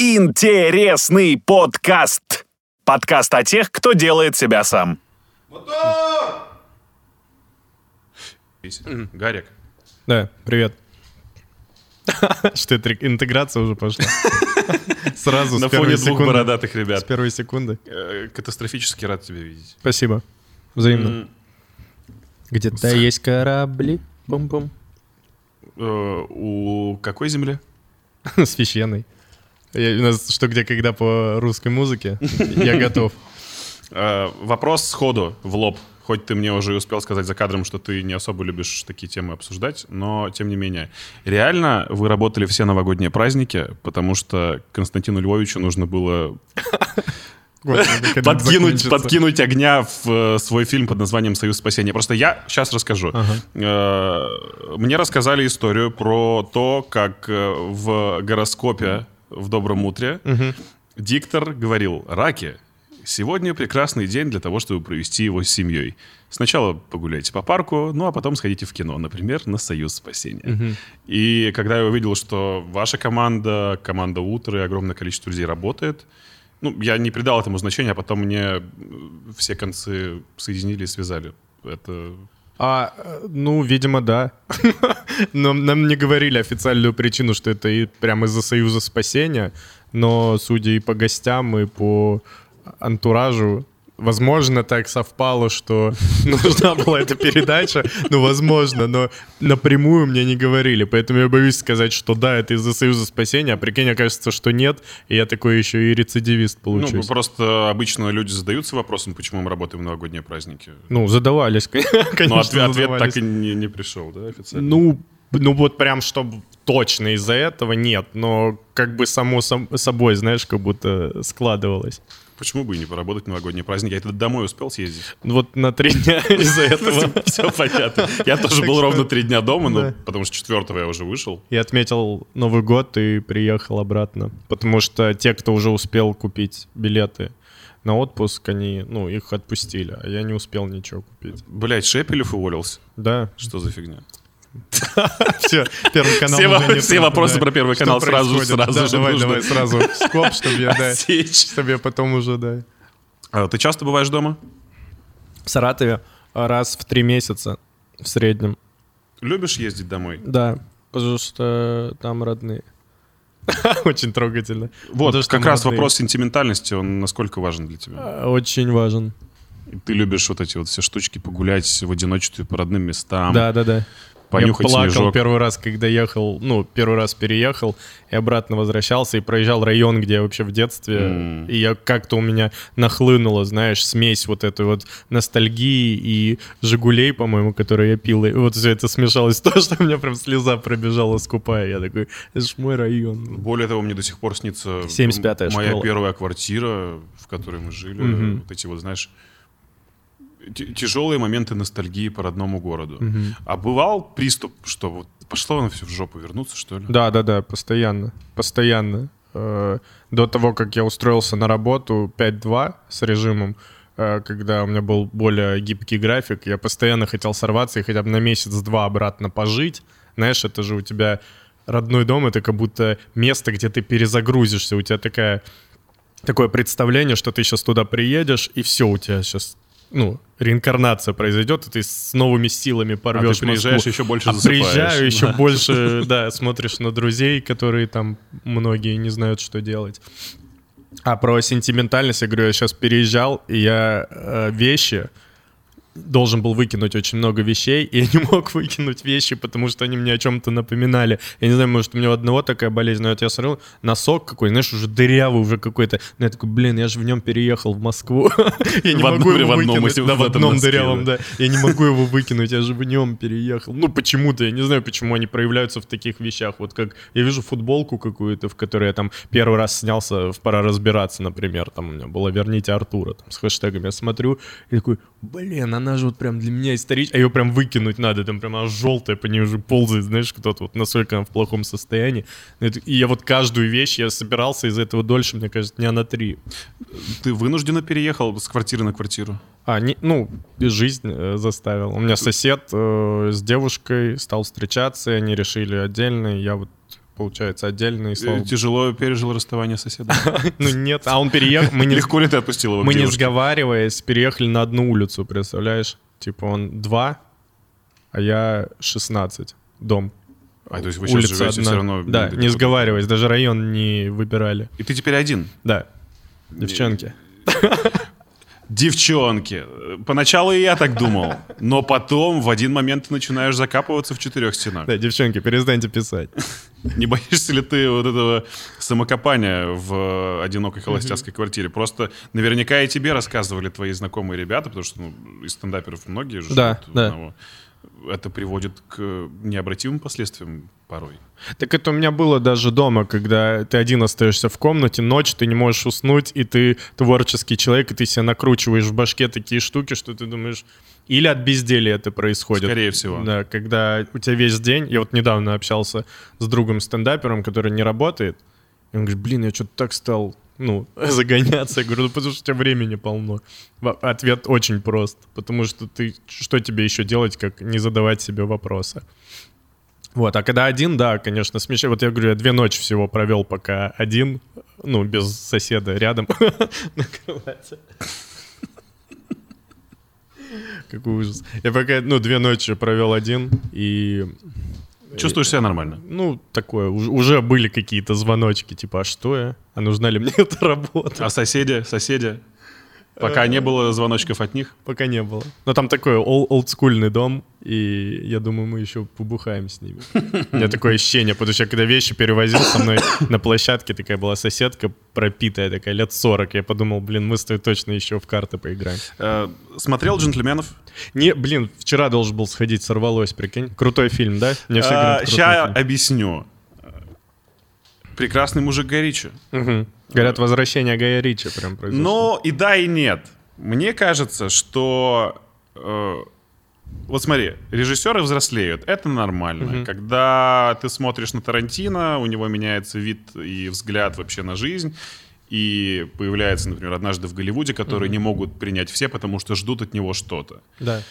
Интересный подкаст. Подкаст о тех, кто делает себя сам. Мотор! Гарик. Да, привет. Что это, интеграция уже пошла? Сразу на с первой фоне двух секунды. бородатых ребят. С первой секунды. Катастрофически рад тебя видеть. Спасибо. Взаимно. Где-то есть корабли. Бум-бум. У какой земли? Священный. У нас что, где, когда по русской музыке. Я готов. Вопрос сходу, в лоб. Хоть ты мне уже успел сказать за кадром, что ты не особо любишь такие темы обсуждать, но тем не менее. Реально вы работали все новогодние праздники, потому что Константину Львовичу нужно было подкинуть огня в свой фильм под названием «Союз спасения». Просто я сейчас расскажу. Мне рассказали историю про то, как в гороскопе в «Добром утре» диктор говорил: «Раки, сегодня прекрасный день для того, чтобы провести его с семьей. Сначала погуляйте по парку, ну а потом сходите в кино, например, на «Союз спасения». И когда я увидел, что ваша команда «Утро» и огромное количество людей работает, ну, я не придал этому значения, а потом мне все концы соединили и связали. Это... Ну, видимо, да. Но нам не говорили официальную причину, что это и прямо из-за «Союза спасения», но, судя и по гостям, и по антуражу, возможно, так совпало, что нужна была эта передача. Ну, возможно, но напрямую мне не говорили. Поэтому я боюсь сказать, что да, это из-за «Союза спасения», а прикинь, окажется, что нет, и я такой еще и рецидивист получусь. Ну, просто обычно люди задаются вопросом, почему мы работаем в новогодние праздники. Ну, задавались, конечно. Но ответ так и не пришел, да, официально? Ну вот прям, чтобы точно из-за этого нет, но как бы само собой, знаешь, как будто складывалось. Почему бы и не поработать в новогодние праздники? Я тогда домой успел съездить? Вот на 3 дня из-за этого. Все понятно. Я тоже был ровно 3 дня дома, но потому что 4-го я уже вышел. Я отметил Новый год и приехал обратно, потому что те, кто уже успел купить билеты на отпуск, они, ну, их отпустили, а я не успел ничего купить. Блять, Шепелев уволился? Да. Что за фигня? Все, Первый канал. Все вопросы про Первый канал сразу же. Давай сразу скоп, чтобы я потом уже, да. Ты часто бываешь дома? В Саратове раз в 3 месяца в среднем. Любишь ездить домой? Да, потому что там родные. Очень трогательно. Вот, как раз вопрос сентиментальности, он насколько важен для тебя? Очень важен. Ты любишь вот эти вот все штучки, погулять в одиночестве по родным местам. Да. Понюхать я плакал снежок. Первый раз, когда ехал, первый раз переехал и обратно возвращался, и проезжал район, где я вообще в детстве, и я как-то у меня нахлынула, знаешь, смесь вот этой вот ностальгии и «Жигулей», по-моему, которые я пил, и вот все это смешалось в то, что у меня прям слеза пробежала скупая. Я такой, это ж мой район. Более того, мне до сих пор снится 75-я моя школа. Первая квартира, в которой мы жили. Вот эти вот, знаешь, тяжелые моменты ностальгии по родному городу. А бывал приступ, что вот пошло оно все в жопу, вернуться, что ли? Да, постоянно. До того, как я устроился на работу 5-2 с режимом, когда у меня был более гибкий график, я постоянно хотел сорваться и хотя бы на месяц-два обратно пожить. Знаешь, это же у тебя родной дом, это как будто место, где ты перезагрузишься. У тебя такое представление, что ты сейчас туда приедешь, и все, у тебя сейчас... реинкарнация произойдет, и ты с новыми силами порвешь. А ты приезжаешь, Москву. еще больше засыпаешь. Приезжаю, еще больше, смотришь на друзей, которые там многие не знают, что делать. А про сентиментальность, я говорю, я сейчас переезжал, и я вещи должен был выкинуть очень много вещей, и я не мог выкинуть вещи, потому что они мне о чем-то напоминали. Я не знаю, может, у меня у одного такая болезнь, но вот я смотрел, носок какой, знаешь, уже дырявый уже какой-то. Но я такой, я же в нем переехал в Москву. Я не могу его выкинуть. В одном дырявом, да. Я не могу его выкинуть, я же в нем переехал. Почему-то, я не знаю, почему они проявляются в таких вещах. Вот как я вижу футболку какую-то, в которой я там первый раз снялся в «Пора разбираться», например. Там у меня было «Верните Артура» там, с хэштегом. Я смотрю и такой, она же вот прям для меня историческая, а ее прям выкинуть надо, там прям она желтая, по ней уже ползает, знаешь, кто-то вот настолько она в плохом состоянии. И я вот каждую вещь, я собирался из этого дольше, мне кажется, дня на 3. Ты вынужденно переехал с квартиры на квартиру? Жизнь заставила. У меня сосед с девушкой стал встречаться, и они решили отдельно, и я вот получается, отдельный слова. Тяжело пережил расставание с соседом? Ну нет, а он переехал. Легко ли ты отпустил его к Мы, не девушке? сговариваясь, переехали на одну улицу, представляешь? Типа он 2, а я 16. Дом. То есть вы сейчас живете все равно... Да, не сговариваясь, даже район не выбирали. И ты теперь один? Да. Девчонки. Девчонки. Поначалу и я так думал, но потом в один момент ты начинаешь закапываться в 4 стенах. Да, девчонки, перестаньте писать. Не боишься ли ты вот этого самокопания в одинокой холостяцкой квартире? Просто наверняка и тебе рассказывали твои знакомые ребята, потому что из стендаперов многие же живут одного. Это приводит к необратимым последствиям порой. Так это у меня было даже дома, когда ты один остаешься в комнате, ночь, ты не можешь уснуть, и ты творческий человек, и ты себя накручиваешь в башке такие штуки, что ты думаешь... Или от безделия это происходит. Скорее всего. Да, когда у тебя весь день... Я вот недавно общался с другом-стендапером, который не работает, и он говорит, блин, я что-то так стал... загоняться. Я говорю, потому что у тебя времени полно. Ответ очень прост. Потому что что тебе еще делать, как не задавать себе вопросы? Вот, а когда один, да, конечно, смешно. Вот я говорю, я 2 ночи всего провел, пока один, без соседа рядом на кровати. Какой ужас. Я пока, 2 ночи провел один, и... Чувствуешь себя нормально? Такое. Уже были какие-то звоночки, типа, а что я? А нужна ли мне эта работа? А соседи? Пока не было звоночков от них? Пока не было. Но там такой олдскульный дом, и я думаю, мы еще побухаем с ними. У меня такое ощущение, потому что я когда вещи перевозил, со мной на площадке такая была соседка пропитая, такая лет 40. Я подумал, мы с тобой точно еще в карты поиграем. Смотрел «Джентльменов»? Вчера должен был сходить, сорвалось, прикинь. Крутой фильм, да? Сейчас объясню. Прекрасный мужик Гая Ричи. Угу. Говорят, возвращение Гая Ричи прям произошло. И да, и нет. Мне кажется, что... вот смотри, режиссеры взрослеют. Это нормально. Угу. Когда ты смотришь на Тарантино, у него меняется вид и взгляд вообще на жизнь. И появляется, например, «Однажды в Голливуде», которые не могут принять все, потому что ждут от него что-то. Да.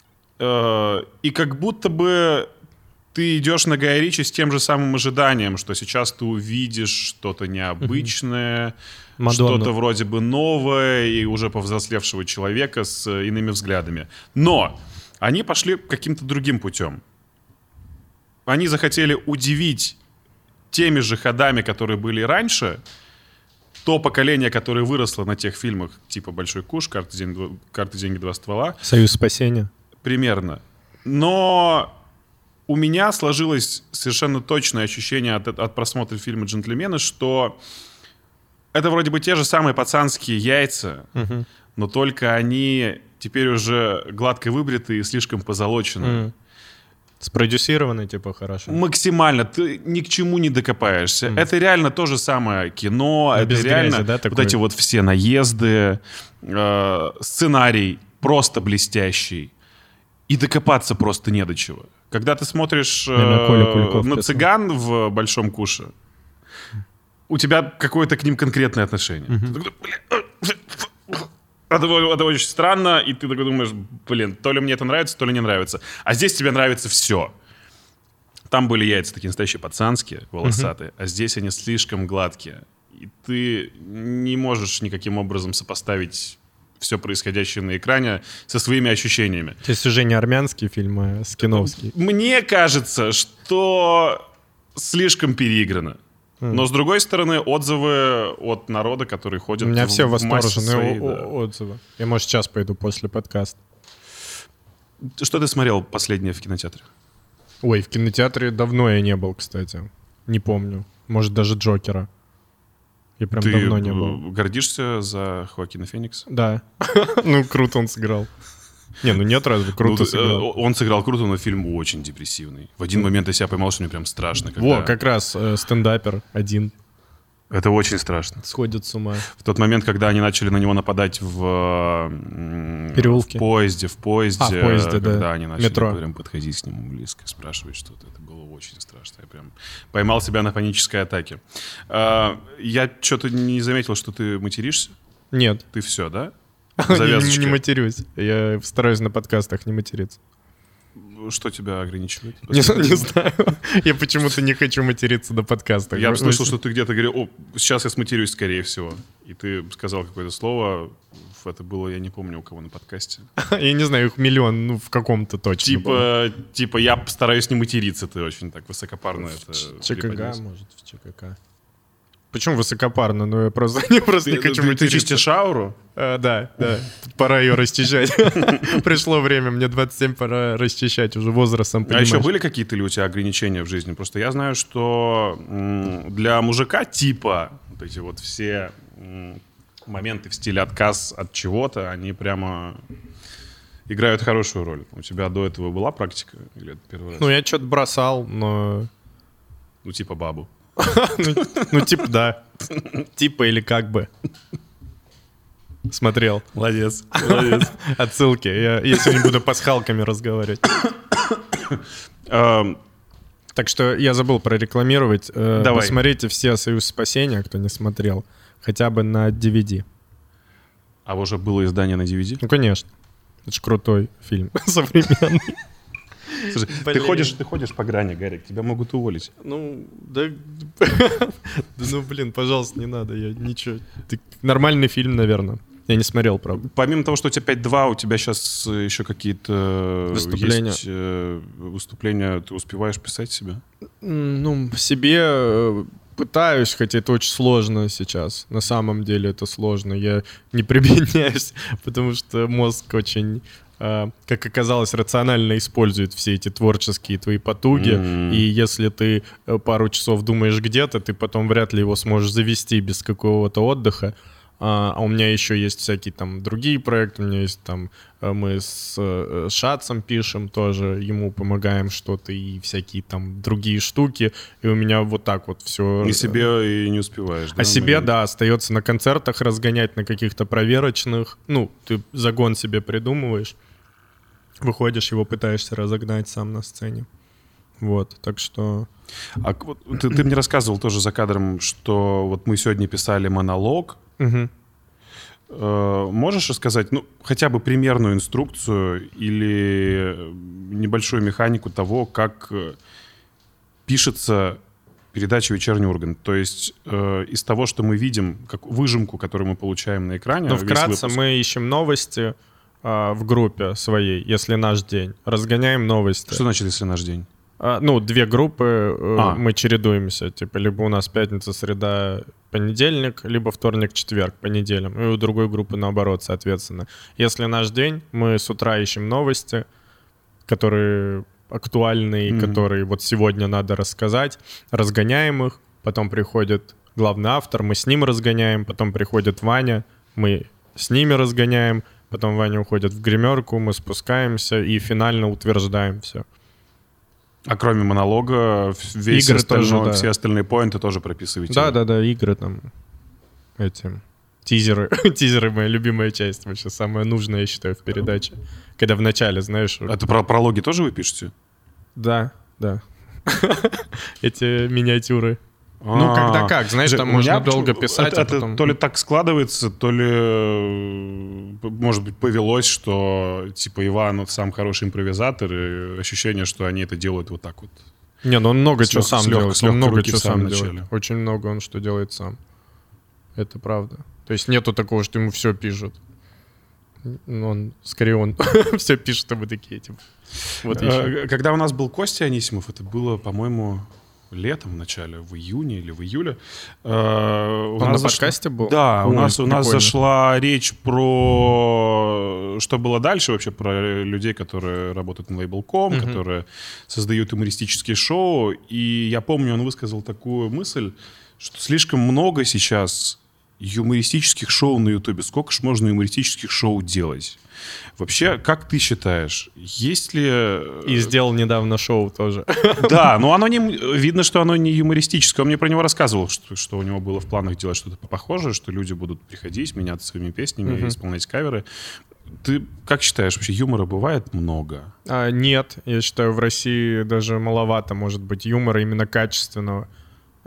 И как будто бы... ты идешь на Гая Ричи с тем же самым ожиданием, что сейчас ты увидишь что-то необычное, что-то вроде бы новое и уже повзрослевшего человека с иными взглядами. Но они пошли каким-то другим путем. Они захотели удивить теми же ходами, которые были раньше, то поколение, которое выросло на тех фильмах типа «Большой куш», «Карты, деньги, 2 ствола». «Союз спасения». Примерно. Но... у меня сложилось совершенно точное ощущение от просмотра фильма «Джентльмены», что это вроде бы те же самые пацанские яйца, но только они теперь уже гладко выбритые и слишком позолоченные. Спродюсированы, типа, хорошо. Максимально. Ты ни к чему не докопаешься. Это реально то же самое кино. Но это без реально грязи, да, вот эти вот все наезды, сценарий просто блестящий. И докопаться просто не до чего. Когда ты смотришь на цыган в «Большом куше», у тебя какое-то к ним конкретное отношение. Ты такой, это очень странно, и ты такой думаешь, то ли мне это нравится, то ли не нравится. А здесь тебе нравится все. Там были яйца такие настоящие пацанские, волосатые, а здесь они слишком гладкие. И ты не можешь никаким образом сопоставить все происходящее на экране со своими ощущениями. То есть уже не армянские фильмы, а скиновские. Мне кажется, что слишком переиграно. Но, с другой стороны, отзывы от народа, который ходит в массе своей... У меня все восторженные отзывы. Я, может, сейчас пойду после подкаста. Что ты смотрел последнее в кинотеатре? Ой, в кинотеатре давно я не был, кстати. Не помню. Может, даже «Джокера». Я прям давно не был. Ты гордишься за Хоакина Феникса? Да. Круто он сыграл. Нет, разве круто сыграл? Он сыграл круто, но фильм очень депрессивный. В один момент я себя поймал, что мне прям страшно. Как раз стендапер один. Это очень страшно. Сходит с ума. В тот момент, когда они начали на него нападать в переулке. В поезде, когда да. они начали Метро. прям подходить к нему близко, спрашивать что-то. Это было очень страшно. Я прям поймал себя на панической атаке. Я что-то не заметил, что ты материшься. Нет. Ты все, да? Я не матерюсь. Я стараюсь на подкастах не материться. что тебя ограничивает? Не знаю. Я почему-то не хочу материться на подкастах. Я слышал, что ты где-то говорил, сейчас я сматерюсь, скорее всего. И ты сказал какое-то слово, это было, я не помню, у кого на подкасте. Я не знаю, их миллион, в каком-то точно. Типа я постараюсь не материться, ты очень так высокопарно это ЧКГ, преподнес. может, в ЧКК. Почему высокопарно? Ну, я просто не хочу материться. Ты чистишь ауру? Да. Пора ее расчищать. Пришло время, мне 27, пора расчищать уже возрастом. А еще были какие-то ли у тебя ограничения в жизни? Просто я знаю, что для мужика типа вот эти вот все моменты в стиле отказ от чего-то, они прямо играют хорошую роль. У тебя до этого была практика? Или это первый раз? Ну, я что-то бросал, но... Ну, типа бабу. Ну, типа, да. Типа или как бы. Смотрел. Молодец. Отсылки. Я сегодня буду пасхалками разговаривать. Так что я забыл прорекламировать. Давай. Посмотрите все «Союз спасения», кто не смотрел. Хотя бы на DVD. А уже было издание на DVD? Ну, конечно. Это же крутой фильм. Современный. Слушай, ты ходишь по грани, Гарик, тебя могут уволить. Ну, да... Ну, блин, пожалуйста, не надо. Я ничего... Нормальный фильм, наверное. Я не смотрел, правда. Помимо того, что у тебя 5-2, у тебя сейчас еще какие-то выступления. Есть выступления. Ты успеваешь писать себе? Ну, себе пытаюсь, хотя это очень сложно сейчас. На самом деле это сложно. Я не прибедняюсь, потому что мозг очень... как оказалось, рационально использует все эти творческие твои потуги. И если ты пару часов думаешь где-то, ты потом вряд ли его сможешь завести без какого-то отдыха. А у меня еще есть всякие там другие проекты. У меня есть там... Мы с Шацем пишем тоже, ему помогаем что-то и всякие там другие штуки. И у меня вот так вот все... И себе и не успеваешь, да? А себе, да, остается на концертах разгонять, на каких-то проверочных. Ну, ты загон себе придумываешь. Выходишь, его пытаешься разогнать сам на сцене. Вот, так что... А вот ты мне рассказывал тоже за кадром, что вот мы сегодня писали монолог. Угу. Можешь рассказать, ну, хотя бы примерную инструкцию или небольшую механику того, как пишется передача «Вечерний Ургант»? То есть из того, что мы видим, как выжимку, которую мы получаем на экране... Ну, вкратце мы ищем новости в группе своей, если наш день. Разгоняем новости. Что значит, если наш день? Ну, две группы, мы чередуемся. Типа, либо у нас пятница, среда, понедельник, либо вторник, четверг по неделям. И у другой группы наоборот, соответственно. Если наш день, мы с утра ищем новости, которые актуальны, которые вот сегодня надо рассказать. Разгоняем их, потом приходит главный автор, мы с ним разгоняем, потом приходит Ваня, мы с ними разгоняем, потом Ваня уходит в гримерку, мы спускаемся и финально утверждаем все. А кроме монолога, игры тоже, да. Все остальные поинты тоже прописываете? Да, игры там, эти тизеры. Тизеры — моя любимая часть, вообще самая нужная, я считаю, в передаче. Когда в начале, знаешь... Это прологи тоже вы пишете? Да. Эти миниатюры. Ну, когда как, знаешь, там можно долго писать, а потом... То ли так складывается, то ли, может быть, повелось, что, типа, Иван вот сам хороший импровизатор, и ощущение, что они это делают вот так вот. Не, ну он много чего сам делает. Он много чего сам делает. делает. Очень много он что делает сам. Это правда. То есть нету такого, что ему все пишут. Он все пишет, а мы такие, типа... Вот еще. Когда у нас был Костя Анисимов, это было, по-моему... летом, в начале, в июне или в июле. Он на подкасте был? Да, у нас зашла речь про что было дальше вообще, про людей, которые работают на Label.com, которые создают юмористические шоу. И я помню, он высказал такую мысль, что слишком много сейчас юмористических шоу на Ютубе. Сколько ж можно юмористических шоу делать? Вообще, как ты считаешь, есть ли... И сделал недавно шоу тоже. Да, но оно не... видно, что оно не юмористическое. Он мне про него рассказывал, что у него было в планах делать что-то похожее, что люди будут приходить, меняться своими песнями, исполнять каверы. Ты как считаешь, вообще юмора бывает много? Нет, я считаю, в России даже маловато может быть юмора именно качественного,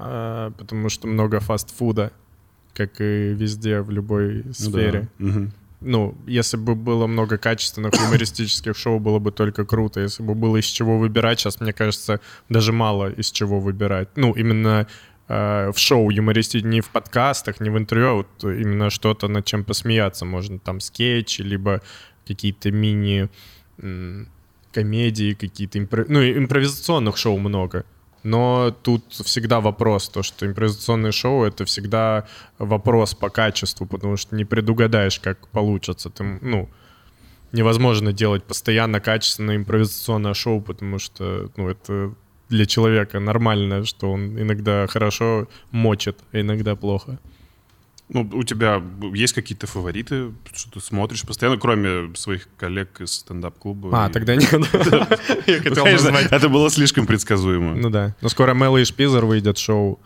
потому что много фастфуда, как и везде, в любой сфере. Да. ну, если бы было много качественных юмористических шоу, было бы только круто. Если бы было из чего выбирать, сейчас, мне кажется, даже мало из чего выбирать. Ну, именно в шоу юмористических, не в подкастах, не в интервью, а вот именно что-то, над чем посмеяться можно. Там скетчи, либо какие-то мини-комедии, какие-то импровизационных шоу много. Но тут всегда вопрос, то, что импровизационное шоу — это всегда вопрос по качеству, потому что не предугадаешь, как получится. Невозможно делать постоянно качественное импровизационное шоу, потому что, это для человека нормально, что он иногда хорошо мочит, а иногда плохо. Ну, у тебя есть какие-то фавориты, что ты смотришь постоянно, кроме своих коллег из стендап-клуба? Тогда нет. Я хотел назвать. Это было слишком предсказуемо. Ну да. Но скоро Мэлла и Шпизер выйдет шоу.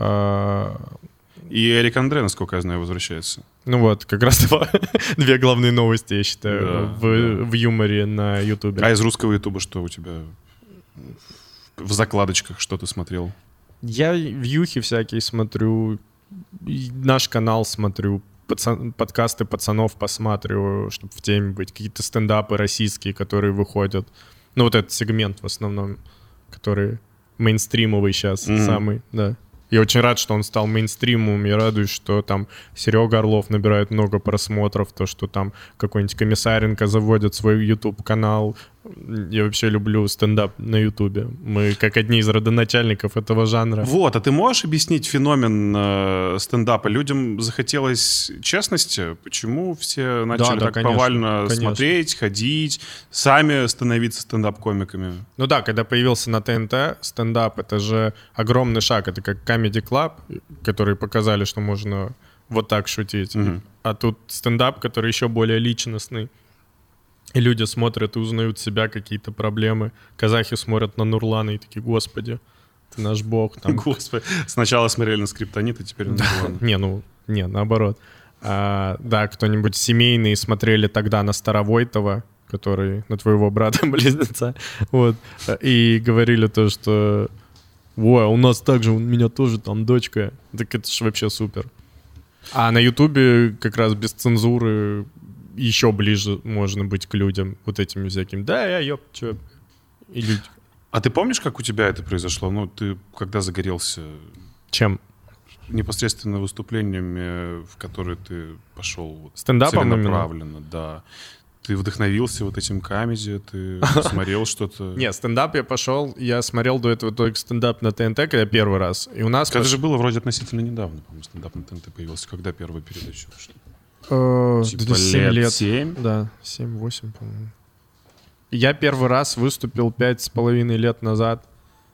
И Эрик Андре, насколько я знаю, возвращается. Ну вот, как раз две главные новости, я считаю, в юморе на Ютубе. А из русского Ютуба что у тебя? В закладочках что ты смотрел? Я вьюхи всякие смотрю, наш канал смотрю, подкасты пацанов посматриваю, чтобы в теме быть, какие-то стендапы российские, которые выходят. Ну вот этот сегмент в основном, который мейнстримовый сейчас самый, да. Я очень рад, что он стал мейнстримом. Я радуюсь, что там Серега Орлов набирает много просмотров, то, что там какой-нибудь Комиссаренко заводит свой YouTube-канал. Я вообще люблю стендап на YouTube. Мы как одни из родоначальников этого жанра. Вот, а ты можешь объяснить феномен стендапа? Людям захотелось честности? Почему все начали так конечно, повально смотреть, ходить, сами становиться стендап-комиками? Ну да, когда появился на ТНТ стендап, это же огромный шаг. Это как Comedy Club, которые показали, что можно вот так шутить. А тут стендап, который еще более личностный. И люди смотрят и узнают себя, какие-то проблемы. Казахи смотрят на Нурлана и такие: господи, ты наш бог. Там... Господи. Сначала смотрели на Скриптонит, а теперь на Нурлана. Не, наоборот. Да, кто-нибудь семейный смотрели тогда на Старовойтова, который на твоего брата-близнеца. Вот. И говорили то, что ой, у нас также, у меня тоже там дочка. Так это ж вообще супер. А на Ютубе как раз без цензуры еще ближе можно быть к людям, вот этими всякими. Да, чё. И люди. А ты помнишь, как у тебя это произошло? Ну, ты когда загорелся? Чем? Непосредственно выступлениями, в которые ты пошел стендапом целенаправленно, да. Ты вдохновился вот этим комедией, ты смотрел что-то? Нет, стендап я смотрел до этого только стендап на ТНТ, когда первый раз. И у нас это же было вроде относительно недавно, по-моему, стендап на ТНТ появился. Когда первая передача вышла? Типа 7 лет. 7? Да, 7-8, по-моему. Я первый раз выступил 5,5 лет назад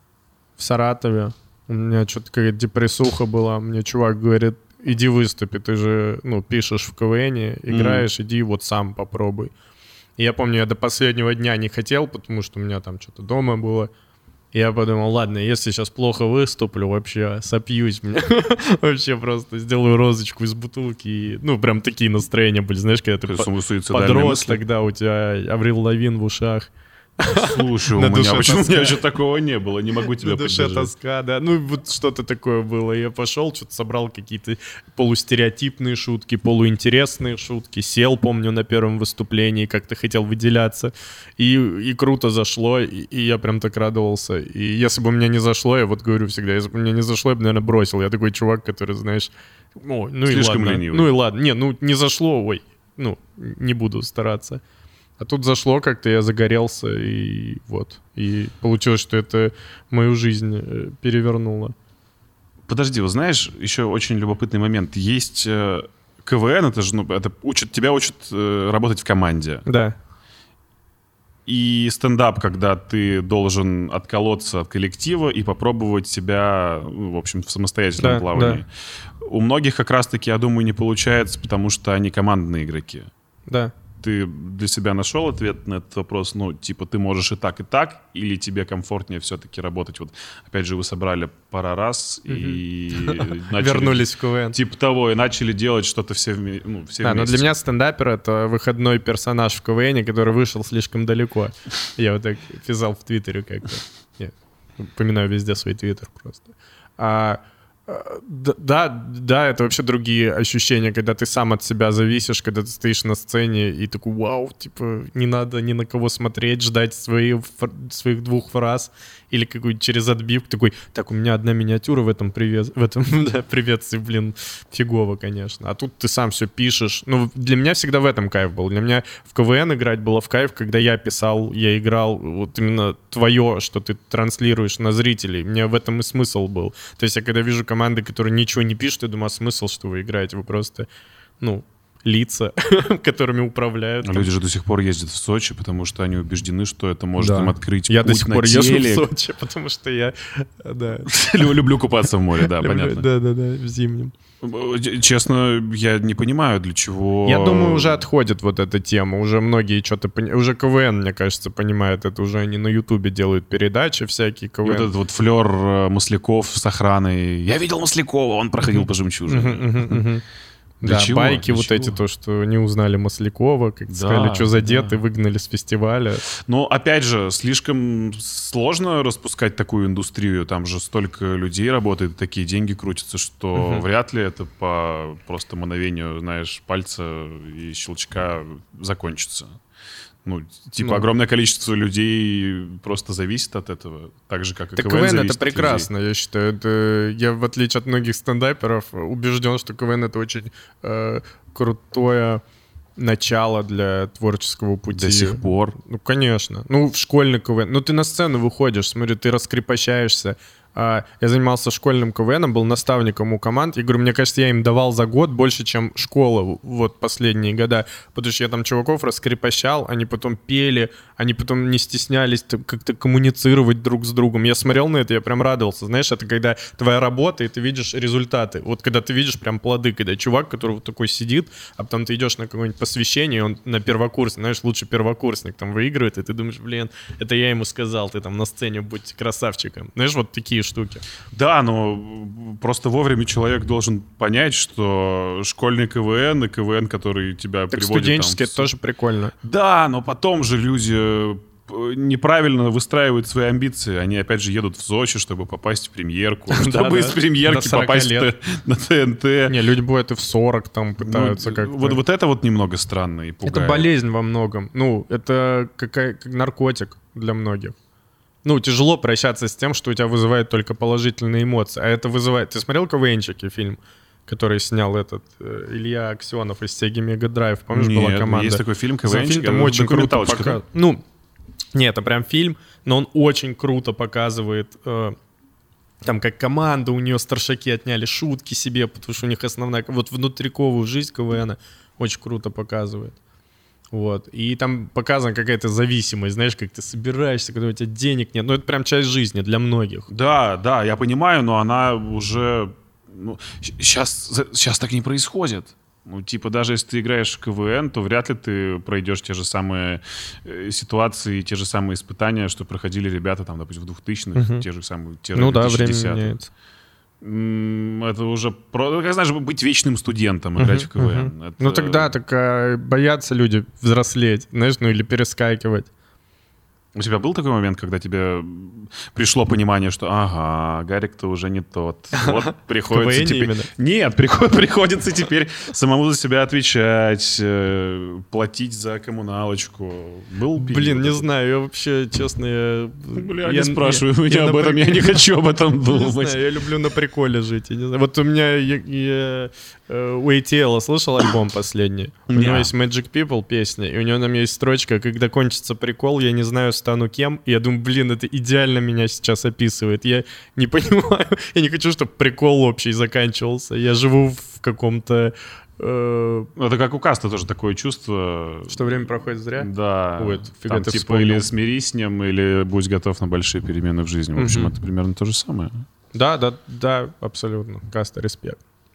в Саратове. У меня что-то какая-то депрессуха была. Мне чувак говорит: иди выступи, ты же, пишешь в КВНе, играешь, иди вот сам попробуй. И я помню, я до последнего дня не хотел, потому что у меня там что-то дома было. И я подумал, ладно, если сейчас плохо выступлю, вообще сопьюсь. Вообще просто сделаю розочку из бутылки. Прям такие настроения были, знаешь, когда ты подрос, тогда у тебя Аврил Лавин в ушах. Слушай, у меня еще такого не было, не могу тебя поддержать. На душе тоска, да. Вот что-то такое было. Я пошел, что-то собрал какие-то полустереотипные шутки, полуинтересные шутки. Сел, помню, на первом выступлении, как-то хотел выделяться. И круто зашло, и я прям так радовался. И если бы у меня не зашло, я вот говорю всегда, если бы у меня не зашло, я бы, наверное, бросил. Я такой чувак, который, знаешь, слишком ленивый. Ну и ладно, не зашло, не буду стараться. А тут зашло как-то, я загорелся, и вот. И получилось, что это мою жизнь перевернуло. Подожди, вот знаешь, еще очень любопытный момент. Есть КВН, это же, тебя учат работать в команде. Да. И стендап, когда ты должен отколоться от коллектива и попробовать себя, в общем, в самостоятельном плавании. Да. У многих как раз-таки, я думаю, не получается, потому что они командные игроки. Да. Ты для себя нашел ответ на этот вопрос? Ты можешь и так, или тебе комфортнее все-таки работать? Вот, опять же, вы собрали пара раз и вернулись в КВН. Типа того, и начали делать что-то все вместе. Но для меня стендапер — это выходной персонаж в КВН, который вышел слишком далеко. Я вот так писал в Твиттере как-то. Я упоминаю везде свой Твиттер просто. Да, это вообще другие ощущения, когда ты сам от себя зависишь, когда ты стоишь на сцене и такой, вау, типа, не надо ни на кого смотреть, ждать своих 2 фраз или какую-нибудь через отбивку такой, так, у меня одна миниатюра в этом да, приветствии, блин, фигово, конечно. А тут ты сам все пишешь. Ну, для меня всегда в этом кайф был. Для меня в КВН играть было в кайф, когда я писал, я играл, вот именно твое, что ты транслируешь на зрителей. Мне в этом и смысл был. То есть я когда вижу команды, которые ничего не пишут, я думаю, а смысл, что вы играете? Вы просто, лица, которыми управляют. Люди же до сих пор ездят в Сочи, потому что они убеждены, что это может им открыть я путь до сих на пор езжу в телек. Сочи, потому что я, Люблю купаться в море, да, понятно. Да, в зимнем. Честно, я не понимаю, для чего... Я думаю, уже отходит вот эта тема. Уже многие что-то... Уже КВН, мне кажется, понимает это. Уже они на Ютубе делают передачи всякие КВН. Вот этот вот флер Масляков с охраной. Я видел Маслякова, он проходил по «Жемчужине». Да, байки вот эти, то, что не узнали Маслякова, как сказали, что за дед, и выгнали с фестиваля. Но, опять же, слишком сложно распускать такую индустрию. Там же столько людей работает, такие деньги крутятся, что вряд ли это по просто мановению, знаешь, пальца и щелчка закончится. Огромное количество людей просто зависит от этого, так же, как и КВН зависит это прекрасно, я считаю. Я, в отличие от многих стендаперов, убежден, что КВН — это очень крутое начало для творческого пути. До сих пор? Ну, конечно. В школьный КВН. Ты на сцену выходишь, смотри, ты раскрепощаешься. Я занимался школьным КВНом, был наставником у команд. Я говорю, мне кажется, я им давал за год больше, чем школа вот последние года. Потому что я там чуваков раскрепощал, они потом пели, они потом не стеснялись как-то коммуницировать друг с другом. Я смотрел на это, я прям радовался. Знаешь, это когда твоя работа, и ты видишь результаты. Вот когда ты видишь прям плоды, когда чувак, который вот такой сидит, а потом ты идешь на какое-нибудь посвящение, и он на первокурсе, знаешь, лучший первокурсник там выигрывает, и ты думаешь, блин, это я ему сказал, ты там на сцене будь красавчиком. Знаешь, вот такие штуки. Да, но просто вовремя человек должен понять, что школьный КВН и КВН, который тебя так приводит... студенческий, это тоже прикольно. Да, но потом же люди неправильно выстраивают свои амбиции. Они, опять же, едут в Сочи, чтобы попасть в премьерку, чтобы из премьерки попасть на ТНТ. Не, люди бывают и в 40 там пытаются как-то. Вот это вот немного странно и пугает. Это болезнь во многом. Это как наркотик для многих. Тяжело прощаться с тем, что у тебя вызывает только положительные эмоции. А это вызывает... Ты смотрел «КВНчики» фильм, который снял Илья Аксенов из Sega Mega Drive? Помнишь, была команда? Есть такой фильм «КВНчики». Фильм там очень круто показывает. Нет, это прям фильм, но он очень круто показывает... Там как команда, у нее старшаки отняли шутки себе, потому что у них основная... Вот внутриковую жизнь КВНа очень круто показывает. Вот. И там показана какая-то зависимость, знаешь, как ты собираешься, когда у тебя денег нет. Это прям часть жизни для многих. Да, я понимаю, но она уже... Сейчас так не происходит. Даже если ты играешь в КВН, то вряд ли ты пройдешь те же самые ситуации, те же самые испытания, что проходили ребята, там, допустим, в 2000-х, те же самые, те же 2010-х. Время меняется. Это уже, как знаешь, быть вечным студентом, играть в КВН. Тогда боятся люди взрослеть, знаешь, или перескакивать. У тебя был такой момент, когда тебе пришло понимание, что Гарик-то уже не тот. Вот приходится теперь... именно? Нет, приходится теперь самому за себя отвечать, платить за коммуналочку. Был Блин, не знаю, я вообще, честно, не спрашивай меня об этом, я не хочу об этом думать. Не знаю, я люблю на приколе жить. Вот у меня... У ATL слышал альбом последний? У него есть Magic People песня, и у него там есть строчка: когда кончится прикол, я не знаю, стану кем. И я думаю, блин, это идеально меня сейчас описывает. Я не понимаю, я не хочу, чтобы прикол общий заканчивался. Я живу в каком-то... Это как у Каста тоже такое чувство. Что время проходит зря? Да. Ой, там типа вспомнил. Или смирись с ним, или будь готов на большие перемены в жизни. В общем, это примерно то же самое. Да, абсолютно. Каста, респект.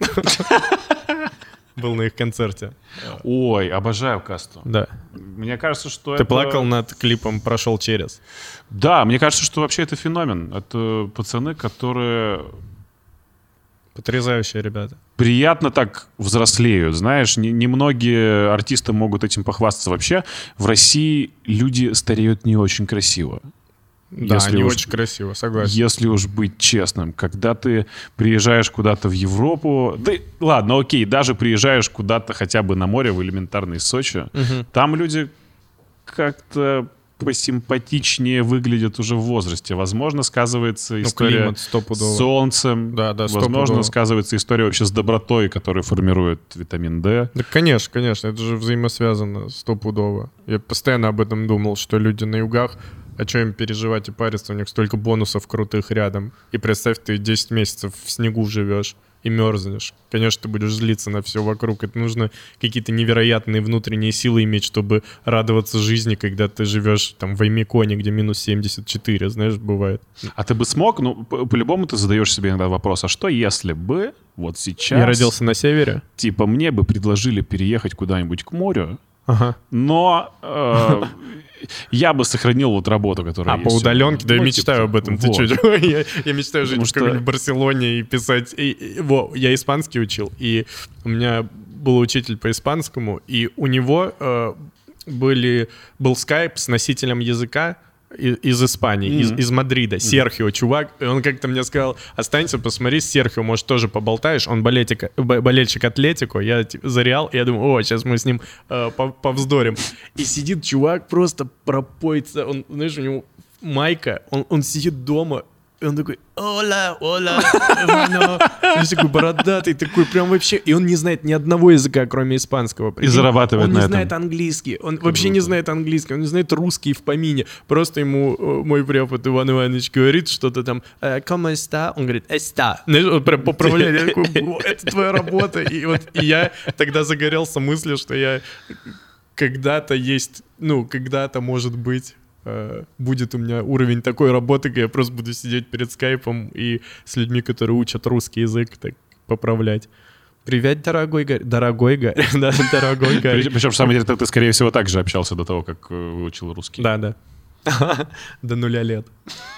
Был на их концерте. Ой, обожаю Касту. Да. Мне кажется, что Ты плакал над клипом «Прошел через». Да, мне кажется, что вообще это феномен. Это пацаны, которые... Потрясающие ребята. Приятно так взрослеют, знаешь. Немногие артисты могут этим похвастаться. Вообще в России люди стареют не очень красиво. Да, они очень красиво, согласен. Если уж быть честным, когда ты приезжаешь куда-то в Европу, да ладно, окей, даже приезжаешь куда-то хотя бы на море, в элементарный Сочи, там люди как-то посимпатичнее выглядят уже в возрасте. Возможно, сказывается история с солнцем. Да, возможно, сказывается история вообще с добротой, которая формирует витамин D. Да, конечно, это же взаимосвязано стопудово. Я постоянно об этом думал, что люди на югах, о чем им переживать и париться, у них столько бонусов крутых рядом. И представь, ты 10 месяцев в снегу живешь и мерзнешь. Конечно, ты будешь злиться на все вокруг. Это нужно какие-то невероятные внутренние силы иметь, чтобы радоваться жизни, когда ты живешь там в Аймеконе, где минус 74, знаешь, бывает. А ты бы смог? Ну, по-любому ты задаешь себе иногда вопрос, а что если бы вот сейчас... Я родился на севере? Типа мне бы предложили переехать куда-нибудь к морю, но я бы сохранил вот работу, которая есть. По удаленке? Да я мечтаю об этом. Ты что? Я мечтаю жить в какой-нибудь Барселоне и писать. Я испанский учил, и у меня был учитель по испанскому, и у него был скайп с носителем языка из Испании, из Мадрида, Серхио, чувак. И он как-то мне сказал: останься, посмотри с Серхио, может, тоже поболтаешь. Он болельщик Атлетико, я за Реал. Я думаю, сейчас мы с ним повздорим. И сидит чувак, просто пропоится. Он, знаешь, у него майка, он сидит дома, и он такой: «Ола, hermano». Он такой бородатый, такой прям вообще... И он не знает ни одного языка, кроме испанского. И зарабатывает на этом. Он не знает английский. Он вообще не знает английский. Он не знает русский в помине. Просто ему мой препод Иван Иванович говорит что-то там: «Como está?» Он говорит: «Está». Знаешь, он прям поправляет. Я такой: это твоя работа. И я тогда загорелся мыслью, что я когда-то есть... когда-то, может быть... будет у меня уровень такой работы, где я просто буду сидеть перед скайпом и с людьми, которые учат русский язык, так поправлять. Привет, дорогой Гарри. Дорогой Гарри. Да, дорогой Гарри. Причем, в самом деле, ты, скорее всего, так же общался до того, как выучил русский. Да. До 0 лет.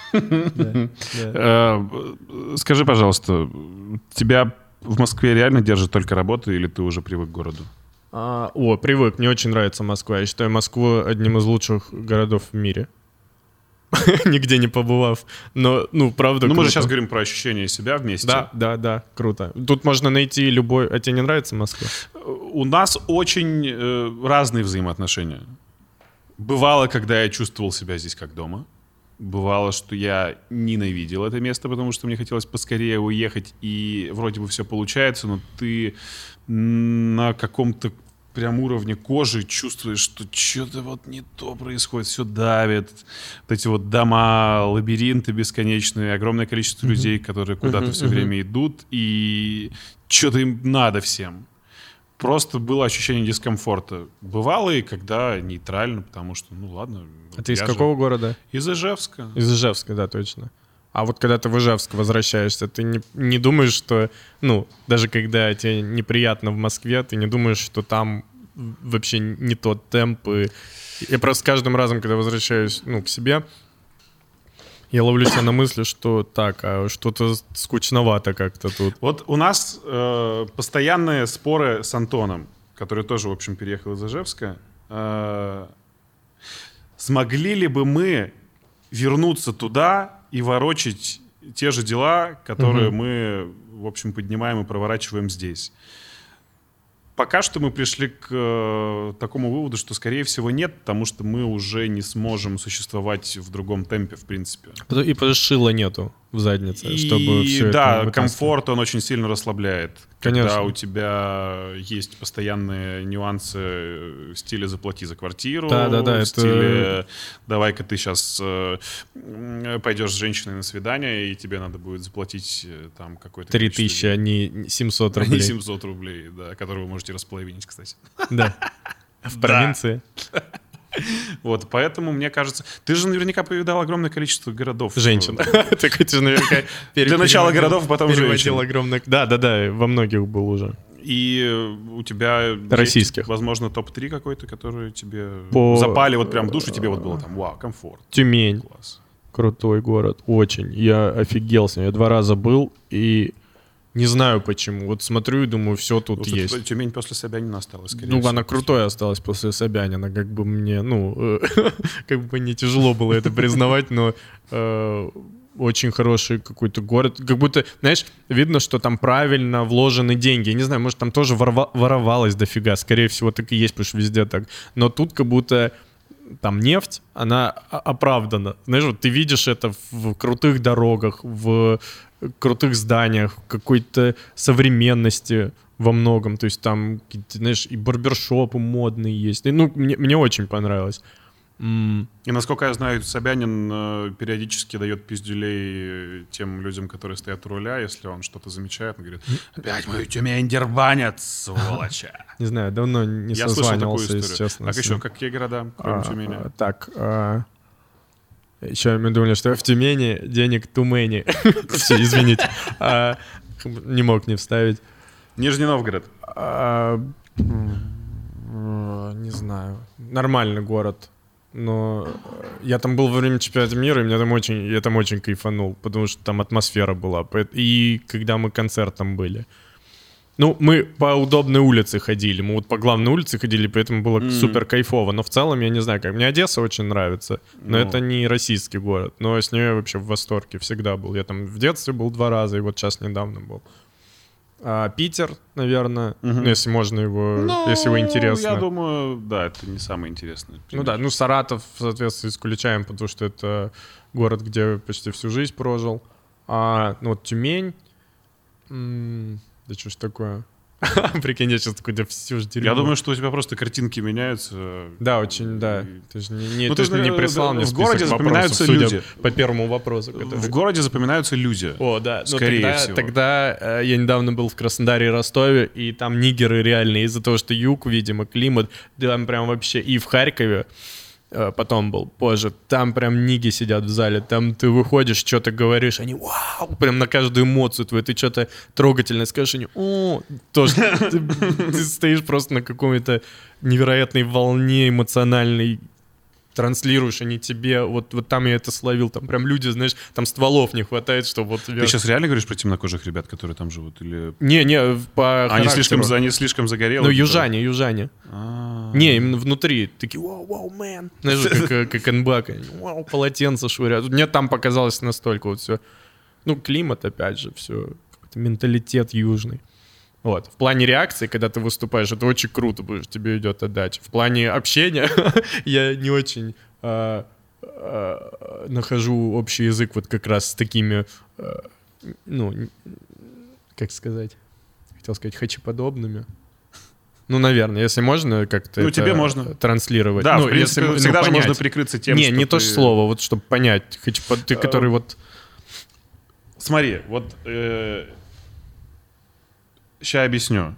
Скажи, пожалуйста, тебя в Москве реально держит только работа, или ты уже привык к городу? Привык. Мне очень нравится Москва. Я считаю Москву одним из лучших городов в мире. Нигде не побывав. Но, правда, мы же сейчас говорим про ощущение себя вместе. Да, круто. Тут можно найти любой... А тебе не нравится Москва? У нас очень разные взаимоотношения. Бывало, когда я чувствовал себя здесь как дома. Бывало, что я ненавидел это место, потому что мне хотелось поскорее уехать, и вроде бы все получается, но ты на каком-то прям уровне кожи чувствуешь, что что-то вот не то происходит, все давит. Вот эти вот дома, лабиринты бесконечные, огромное количество людей, которые куда-то все время идут, и что-то им надо всем. Просто было ощущение дискомфорта. Бывало и когда нейтрально, потому что, ладно. А ты из какого города? Из Ижевска. Из Ижевска, да, точно. А вот когда ты в Ижевск возвращаешься, ты не думаешь, что... даже когда тебе неприятно в Москве, ты не думаешь, что там вообще не тот темп. И я просто каждым разом, когда возвращаюсь к себе, я ловлю себя на мысли, что что-то скучновато как-то тут. Вот у нас постоянные споры с Антоном, который тоже, в общем, переехал из Ижевска. Смогли ли бы мы вернуться туда и ворочать те же дела, которые мы, в общем, поднимаем и проворачиваем здесь? Пока что мы пришли к такому выводу, что, скорее всего, нет, потому что мы уже не сможем существовать в другом темпе, в принципе. И шила нету в заднице, чтобы все это... Да, комфорт, он очень сильно расслабляет. Конечно. Когда у тебя есть постоянные нюансы в стиле «заплати за квартиру», в стиле «давай-ка ты сейчас пойдешь с женщиной на свидание, и тебе надо будет заплатить там какой-то... 3000, а не 700 рублей. Не 700 рублей, да, которые вы можете располовинить, кстати. Да, в провинции. Вот, поэтому, мне кажется... Ты же наверняка повидал огромное количество городов. Женщин. Ты же наверняка... Для начала городов, а потом женщин. Огромное... Да, во многих был уже. И у тебя российских, есть, возможно, топ-3 какой-то, который тебе запали вот прям в душу, тебе вот было там, вау, комфорт. Тюмень. Класс. Крутой город, очень. Я офигел с ним. Я 2 раза был, и Не знаю почему. Вот смотрю и думаю, все тут Вот есть. Тюмень после Собянина осталась, скорее Ну, всего. она крутой осталась после Собянина. Как бы мне, как бы не тяжело было это признавать, но очень хороший какой-то город. Как будто, знаешь, видно, что там правильно вложены деньги. Я не знаю, может, там тоже воровалось дофига. Скорее всего, так и есть, потому что везде так. Но тут как будто там нефть, она оправдана. Знаешь, вот ты видишь это в крутых дорогах, в крутых зданиях, в какой-то современности во многом. То есть там, знаешь, и барбершопы модные есть. И, ну, мне очень понравилось. И, насколько я знаю, Собянин периодически дает пиздюлей тем людям, которые стоят у руля, если он что-то замечает, он говорит: опять мою Тюмень дербанят, сволоча. Не знаю, давно не созванивался, если честно. Так еще какие города, кроме Тюмени? Так, еще мы думали, что в Тюмени денег тумени. Все, извините. Не мог не вставить. Нижний Новгород. Не знаю. Нормальный город. Но я там был во время чемпионата мира, и я там очень кайфанул, потому что там атмосфера была. И когда мы концертом были. Ну, мы по удобной улице ходили. Мы вот по главной улице ходили, поэтому было супер кайфово. Но в целом, я не знаю, как. Мне Одесса очень нравится, но это не российский город. Но с нее я вообще в восторге всегда был. Я там в детстве был 2 раза, и вот сейчас недавно был. А Питер, наверное, если можно его, если его интересно. Я думаю, да, это не самое интересное. Ну да, ну Саратов, соответственно, исключаем, потому что это город, где я почти всю жизнь прожил. Ну вот Тюмень, да что ж такое? Прикинь, я сейчас такой, да все ж дерьмо. Я думаю, что у тебя просто картинки меняются. Да, очень, да. Ты же не прислал мне в городе список запоминаются вопросов, люди. судя по первому вопросу. В городе запоминаются люди. О, да. Скорее всего. Тогда я недавно был в Краснодаре и Ростове, и там нигеры реальные. Из-за того, что юг, видимо, климат, там прям вообще... И в Харькове потом был позже, там прям ниги сидят в зале, там ты выходишь, что-то говоришь, они вау, прям на каждую эмоцию твою, ты что-то трогательное скажешь, они тоже, ты стоишь просто на какой-то невероятной волне эмоциональной, транслируешь, они тебе, вот там я это словил, там прям люди, знаешь, там стволов не хватает, чтобы вот... Ты сейчас реально говоришь про темнокожих ребят, которые там живут? Или... Не, по Они слишком загорелые? Ну, южане. Не, именно внутри. Такие, вау, мэн. Знаешь, как НБА. Вау, полотенце швыряют. Мне там показалось настолько вот все. Ну, климат, опять же, все. Какой-то менталитет южный. Вот. В плане реакции, когда ты выступаешь, это очень круто, потому что тебе идет отдача. В плане общения я не очень нахожу общий язык вот как раз с такими, ну, как сказать, хотел сказать, хачеподобными. Ну, наверное, если можно как-то это тебе можно транслировать. Да, ну, в принципе, если, всегда же понять. можно прикрыться тем, не то же слово, вот чтобы понять. Ты, который вот... Смотри, вот... Сейчас объясню.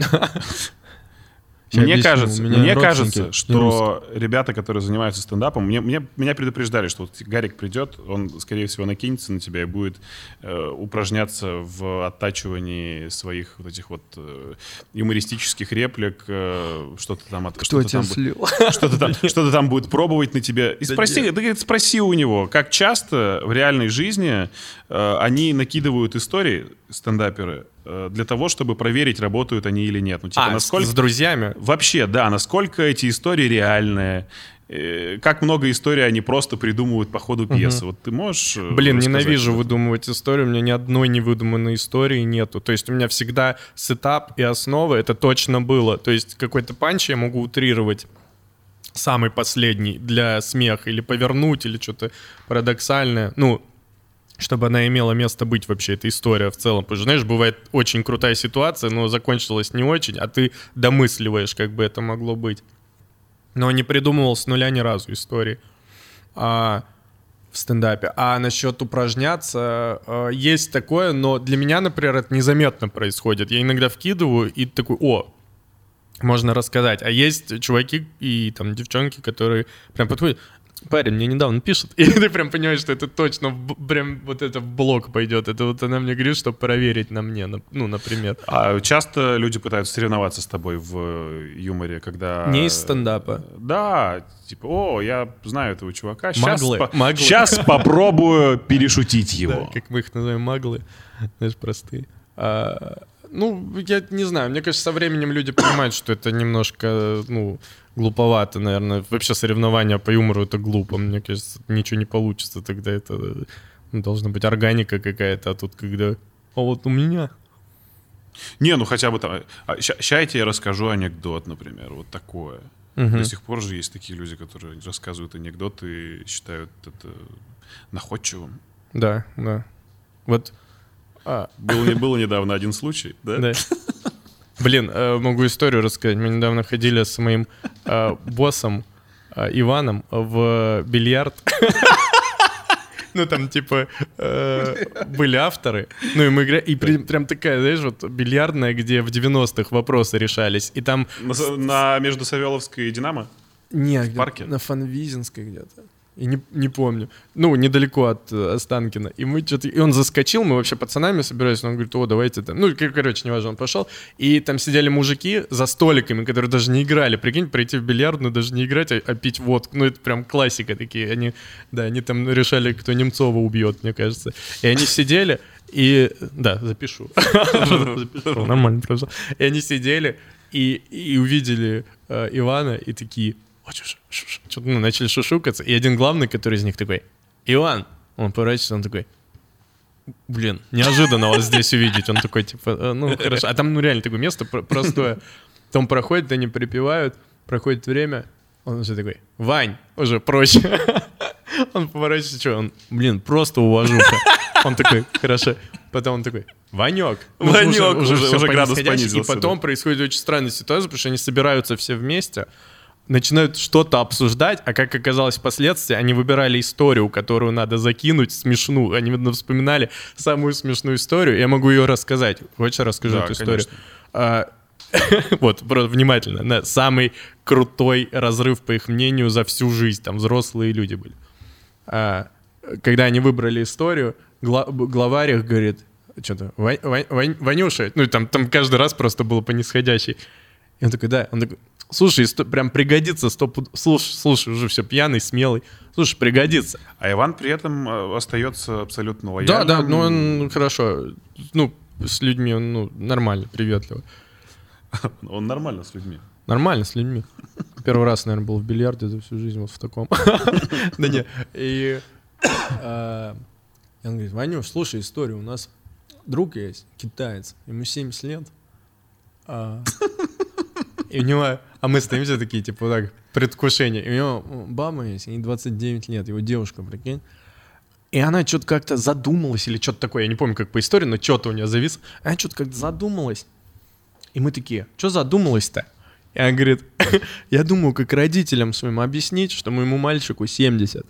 Мне кажется, что ребята, которые занимаются стендапом, меня предупреждали, что вот Гарик придет, он, скорее всего, накинется на тебя и будет упражняться в оттачивании своих вот этих вот юмористических реплик, что-то там... Что-то там будет пробовать на тебя. И спроси у него, как часто в реальной жизни они накидывают истории, стендаперы, для того, чтобы проверить, работают они или нет. Ну, типа, насколько... с друзьями? Вообще, да. Насколько эти истории реальные. Как много историй они просто придумывают по ходу пьесы. Вот ты можешь... ненавижу выдумывать историю. У меня ни одной невыдуманной истории нету. То есть у меня всегда сетап и основа, это точно было. То есть какой-то панч я могу утрировать. Самый последний для смеха. Или повернуть, или что-то парадоксальное. Ну, чтобы она имела место быть вообще, эта история в целом. Потому что, знаешь, бывает очень крутая ситуация, но закончилась не очень, а ты домысливаешь, как бы это могло быть. Но не придумывал с нуля ни разу истории в стендапе. А насчет упражняться, есть такое, но для меня, например, это незаметно происходит. Я иногда вкидываю и такой, можно рассказать. А есть чуваки и там девчонки, которые прям подходят, парень мне недавно пишет, и ты прям понимаешь, что это точно прям вот это в блог пойдет. Это вот она мне говорит, чтобы проверить на мне, ну, например. А часто люди пытаются соревноваться с тобой в юморе, когда... Не из стендапа. Да, типа, я знаю этого чувака, маглы. Сейчас попробую перешутить его. Да, как мы их называем, маглы, знаешь, простые. Ну, я не знаю, мне кажется, со временем люди понимают, что это немножко, ну, глуповато, наверное. Вообще соревнования по юмору — это глупо. Мне кажется, ничего не получится тогда. Это должна быть органика какая-то, а тут когда... А вот у меня... Не, ну хотя бы там... Ща я тебе расскажу анекдот, например, вот такое. До сих пор же есть такие люди, которые рассказывают анекдоты и считают это находчивым. Да. Вот... Было недавно один случай, да? Да. Блин, могу историю рассказать. Мы недавно ходили с моим боссом Иваном в бильярд. Ну, там, типа, были авторы. Ну, и мы играли. И прям такая, знаешь, вот бильярдная, где в 90-х вопросы решались. И там... Между Савеловской и Динамо? Нет, в парке? На Фанвизинской где-то. И не помню. Ну, недалеко от Останкина. И мы что-то... И он заскочил, мы вообще пацанами собирались, он говорит, давайте там... Ну, короче, неважно, он пошел. И там сидели мужики за столиками, которые даже не играли. Прикинь, прийти в бильярдную, даже не играть, а пить водку. Ну, это прям классика такие. Они там решали, кто Немцова убьет, мне кажется. И они сидели, и... Да, запишу. Нормально прошел. И они сидели, и увидели Ивана, и такие... Что-то начали шушукаться, и один главный, который из них такой: Иван, он поворачивается, он такой: блин, неожиданно вас здесь увидеть. Он такой, типа, ну хорошо. А там, ну реально такое место простое. Там проходит, они припевают, проходит время, он уже такой: Вань, уже проще. Он поворачивается, что? Он, блин, просто уважуха. Он такой: хорошо. Потом он такой: Ванек. Ванек, уже градус понизился. И потом происходит очень странная ситуация, потому что они собираются все вместе, начинают что-то обсуждать, а как оказалось впоследствии, они выбирали историю, которую надо закинуть, смешную. Они, видно, вспоминали самую смешную историю. Я могу ее рассказать. Хочешь, я расскажу эту историю? Вот, просто внимательно. Самый крутой разрыв, по их мнению, за всю жизнь. Там взрослые люди были. Когда они выбрали историю, главарь их говорит, что-то, Ванюша, ну там каждый раз просто было по нисходящей. И он такой, да, он такой: слушай, прям пригодится, слушай, уже все пьяный, смелый. Слушай, пригодится. А Иван при этом остается абсолютно лояльным. Да, ну он хорошо. Ну, с людьми он, ну, нормально, приветливо. Он нормально с людьми. Нормально с людьми. Первый раз, наверное, был в бильярде за всю жизнь, вот в таком. Да не. И он говорит: Ванюш, слушай историю. У нас друг есть, китаец, ему 70 лет. И у него, а мы стоимся такие, типа, вот так, предвкушение. И у него баба есть, ей 29 лет, его девушка, прикинь. И она что-то как-то задумалась или что-то такое, я не помню, как по истории, но что-то у нее завис. Она что-то как-то задумалась. И мы такие: что задумалась-то? И она говорит: я думаю, как родителям своим объяснить, что моему мальчику 70.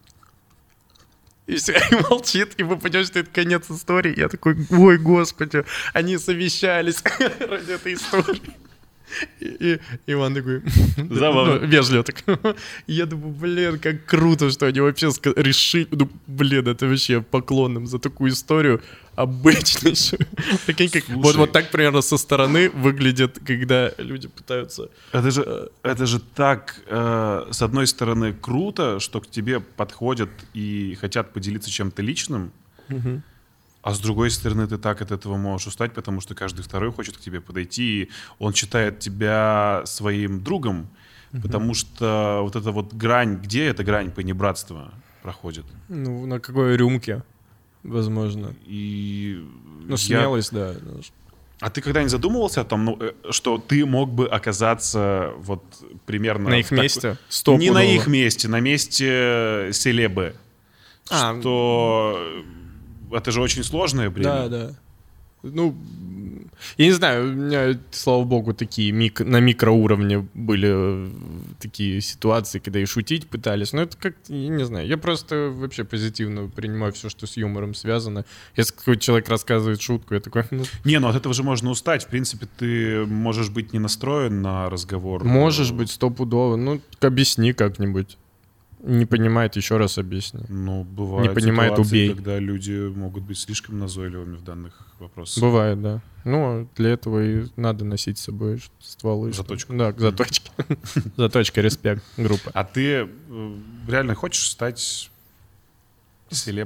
И все, и молчит, и вы понимаете, что это конец истории. Я такой: ой, господи, они совещались ради этой истории. И Иван такой, ну, вежливо так. Я думаю, блин, как круто, что они вообще решили. Ну, блин, это вообще поклон им за такую историю обычнейшую. Прикинь, как вот так примерно со стороны выглядит, когда люди пытаются... Это же так, с одной стороны, круто, что к тебе подходят и хотят поделиться чем-то личным, а с другой стороны, ты так от этого можешь устать, потому что каждый второй хочет к тебе подойти, и он считает тебя своим другом, потому что вот эта вот грань, где эта грань понебратства проходит? Ну, на какой рюмке, возможно. Ну, смелость, да. А ты когда-нибудь задумывался о том, что ты мог бы оказаться вот примерно... На их месте? Не на их месте, на месте селебы. Что... Это же очень сложное время. Да. Ну, я не знаю, у меня, слава богу, такие на микроуровне были такие ситуации, когда и шутить пытались. Но это как-то, я не знаю, я просто вообще позитивно принимаю все, что с юмором связано. Если какой-то человек рассказывает шутку, я такой... Не, ну от этого же можно устать. В принципе, ты можешь быть не настроен на разговор. Можешь быть стопудово. Ну, объясни как-нибудь. Не понимает, еще раз объясни. Ну, бывает не понимает, ситуации, убей. когда люди могут быть слишком назойливыми в данных вопросах. Бывает, да. Ну, для этого и надо носить с собой стволы. Заточку. Да, заточки. Заточка, респект, группа. А ты реально хочешь стать селебой?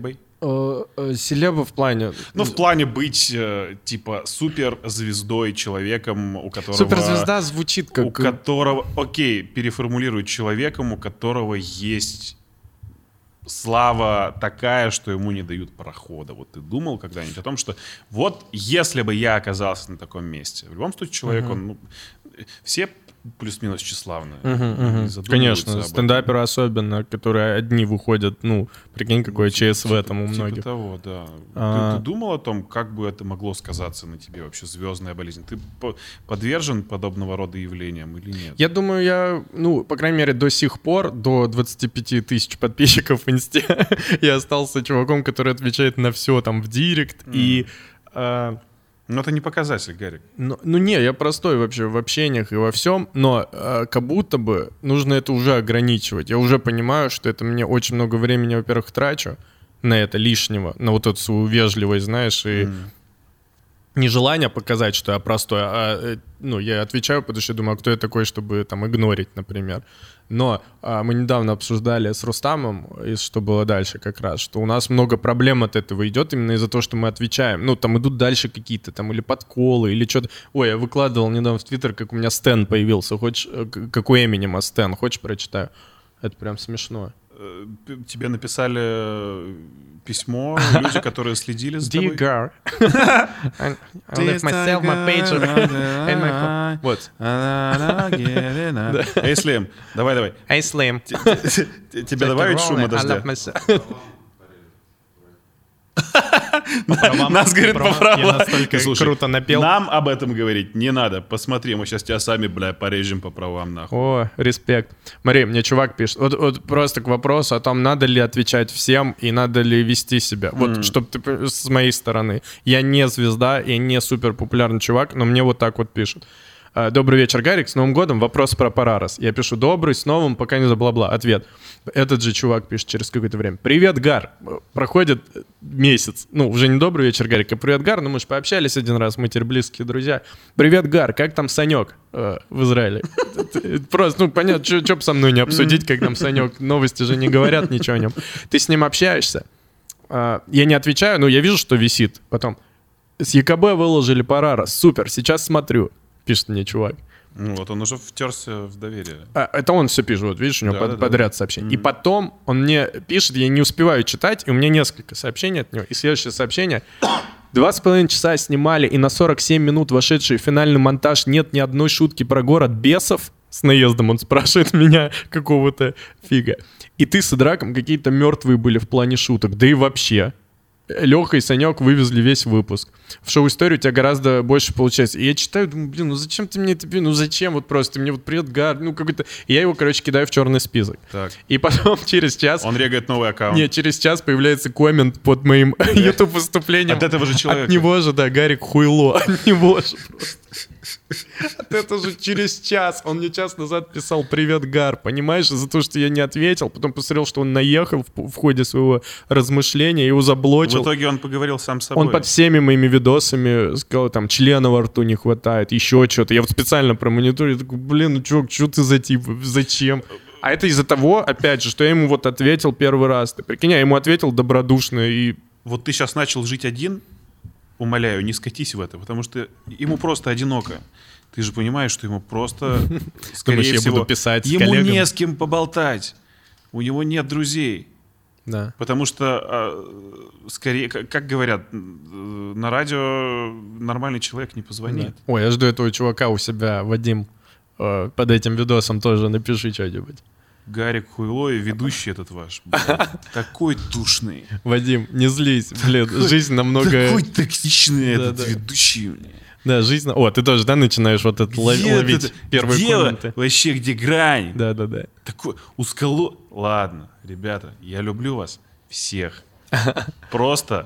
Селеба в плане... Ну, в плане быть, типа, суперзвездой, человеком, у которого... Суперзвезда звучит как... У которого... Окей, переформулирую, человеком, у которого есть слава такая, что ему не дают прохода. Вот ты думал когда-нибудь о том, что вот если бы я оказался на таком месте, в любом случае человек, он... Ну, все плюс-минус тщеславные. Конечно, стендаперы особенно, которые одни выходят, ну, прикинь, какое ЧСВ там у многих. Типа того, да. Ты думал о том, как бы это могло сказаться на тебе вообще, звездная болезнь? Ты подвержен подобного рода явлениям или нет? Я думаю, ну, по крайней мере, до сих пор, до 25 тысяч подписчиков в Инсте, я остался чуваком, который отвечает на все там в директ и... Но это не показатель, Гарик. Ну не, я простой вообще в общениях и во всем, но как будто бы нужно это уже ограничивать. Я уже понимаю, что это мне очень много времени, во-первых, трачу на это лишнего, на вот эту свою вежливость, знаешь, и нежелание показать, что я простой, а ну, я отвечаю, потому что думаю, а кто я такой, чтобы там игнорить, например. Но мы недавно обсуждали с Рустамом, и что было дальше как раз, что у нас много проблем от этого идет именно из-за того, что мы отвечаем. Ну, там идут дальше какие-то там или подколы, или что-то. Ой, я выкладывал недавно в Твиттер, как у меня Стэн появился. Хочешь, как у Эминема Стэн, хочешь прочитаю? Это прям смешно. Тебе написали письмо люди, которые следили за тобой? Dear Gar, I left myself, my pager, and my phone. Вот. Эй, Слим, давай. Hey, Slim. Тебе добавить шума дождя? Нас, говорит, по правам. Я настолько круто напел. Нам об этом говорить не надо. Посмотри, мы сейчас тебя сами, бля, порежем по правам, нахуй. О, респект. Смотри, мне чувак пишет. Вот просто к вопросу о том, надо ли отвечать всем и надо ли вести себя. Вот, чтобы ты с моей стороны. Я не звезда, я не супер популярный чувак, но мне вот так вот пишут. Добрый вечер, Гарик, с Новым годом. Вопрос про Парарас. Я пишу: добрый, с новым, пока не за бла-бла. Ответ. Этот же чувак пишет через какое-то время: привет, Гар. Проходит месяц. Ну, уже не добрый вечер, Гарик, а привет, Гар. Ну, мы же пообщались один раз, мы теперь близкие друзья. Привет, Гар, как там Санек в Израиле? Просто, ну, понятно, что бы со мной не обсудить, как там Санек. Новости же не говорят ничего о нем. Ты с ним общаешься. Я не отвечаю, но я вижу, что висит. Потом: с ЕКБ выложили Парарас. Супер, сейчас смотрю. Пишет мне чувак. Ну вот он уже втерся в доверие. Это он все пишет, вот видишь, у него подряд сообщений. И потом он мне пишет, я не успеваю читать, и у меня несколько сообщений от него. И следующее сообщение: 2,5 часа снимали, и на 47 минут вошедший в финальный монтаж нет ни одной шутки про город бесов. С наездом он спрашивает меня какого-то фига. И ты с Идраком какие-то мертвые были в плане шуток. Да и вообще. Леха и Санек вывезли весь выпуск. В шоу-истории у тебя гораздо больше получается. И я читаю, думаю, блин, ну зачем ты мне это пишешь? Ну зачем? Вот просто ты мне вот привет, Гар, ну какой-то... И я его, короче, кидаю в черный список. Так. И потом через час... Он регает новый аккаунт. Нет, через час появляется коммент под моим YouTube-выступлением. От этого же человека. От него же, да, Гарик хуйло. От него же просто. От этого же через час. Он мне час назад писал: привет, Гар. Понимаешь, за то, что я не ответил. Потом посмотрел, что он наехал в ходе своего размышления, его заблочил. В итоге он поговорил сам с собой. Он под всеми моими видосами сказал, там, члена во рту не хватает, еще что-то. Я вот специально промониторил, такой, блин, ну чувак, что ты за тип, зачем? А это из-за того, опять же, что я ему вот ответил первый раз. Ты прикинь, я ему ответил добродушно и... Вот ты сейчас начал жить один, умоляю, не скатись в это, потому что ему просто одиноко. Ты же понимаешь, что ему просто, скорее всего, буду писать ему коллегам? Не с кем поболтать. У него нет друзей. Да. Потому что, скорее, как говорят, на радио нормальный человек не позвонит. Да. Ой, я жду этого чувака у себя, Вадим. Под этим видосом тоже напиши что-нибудь. Гарик Хуйло и ведущий этот ваш. Такой душный. Вадим, не злись, блин, жизнь намного... Такой токсичный этот ведущий. Да, жизнь... О, ты тоже, да, начинаешь вот это ловить первые комменты? Вообще, где грань? Да. Такой усколо... Ладно, ребята, я люблю вас всех. Просто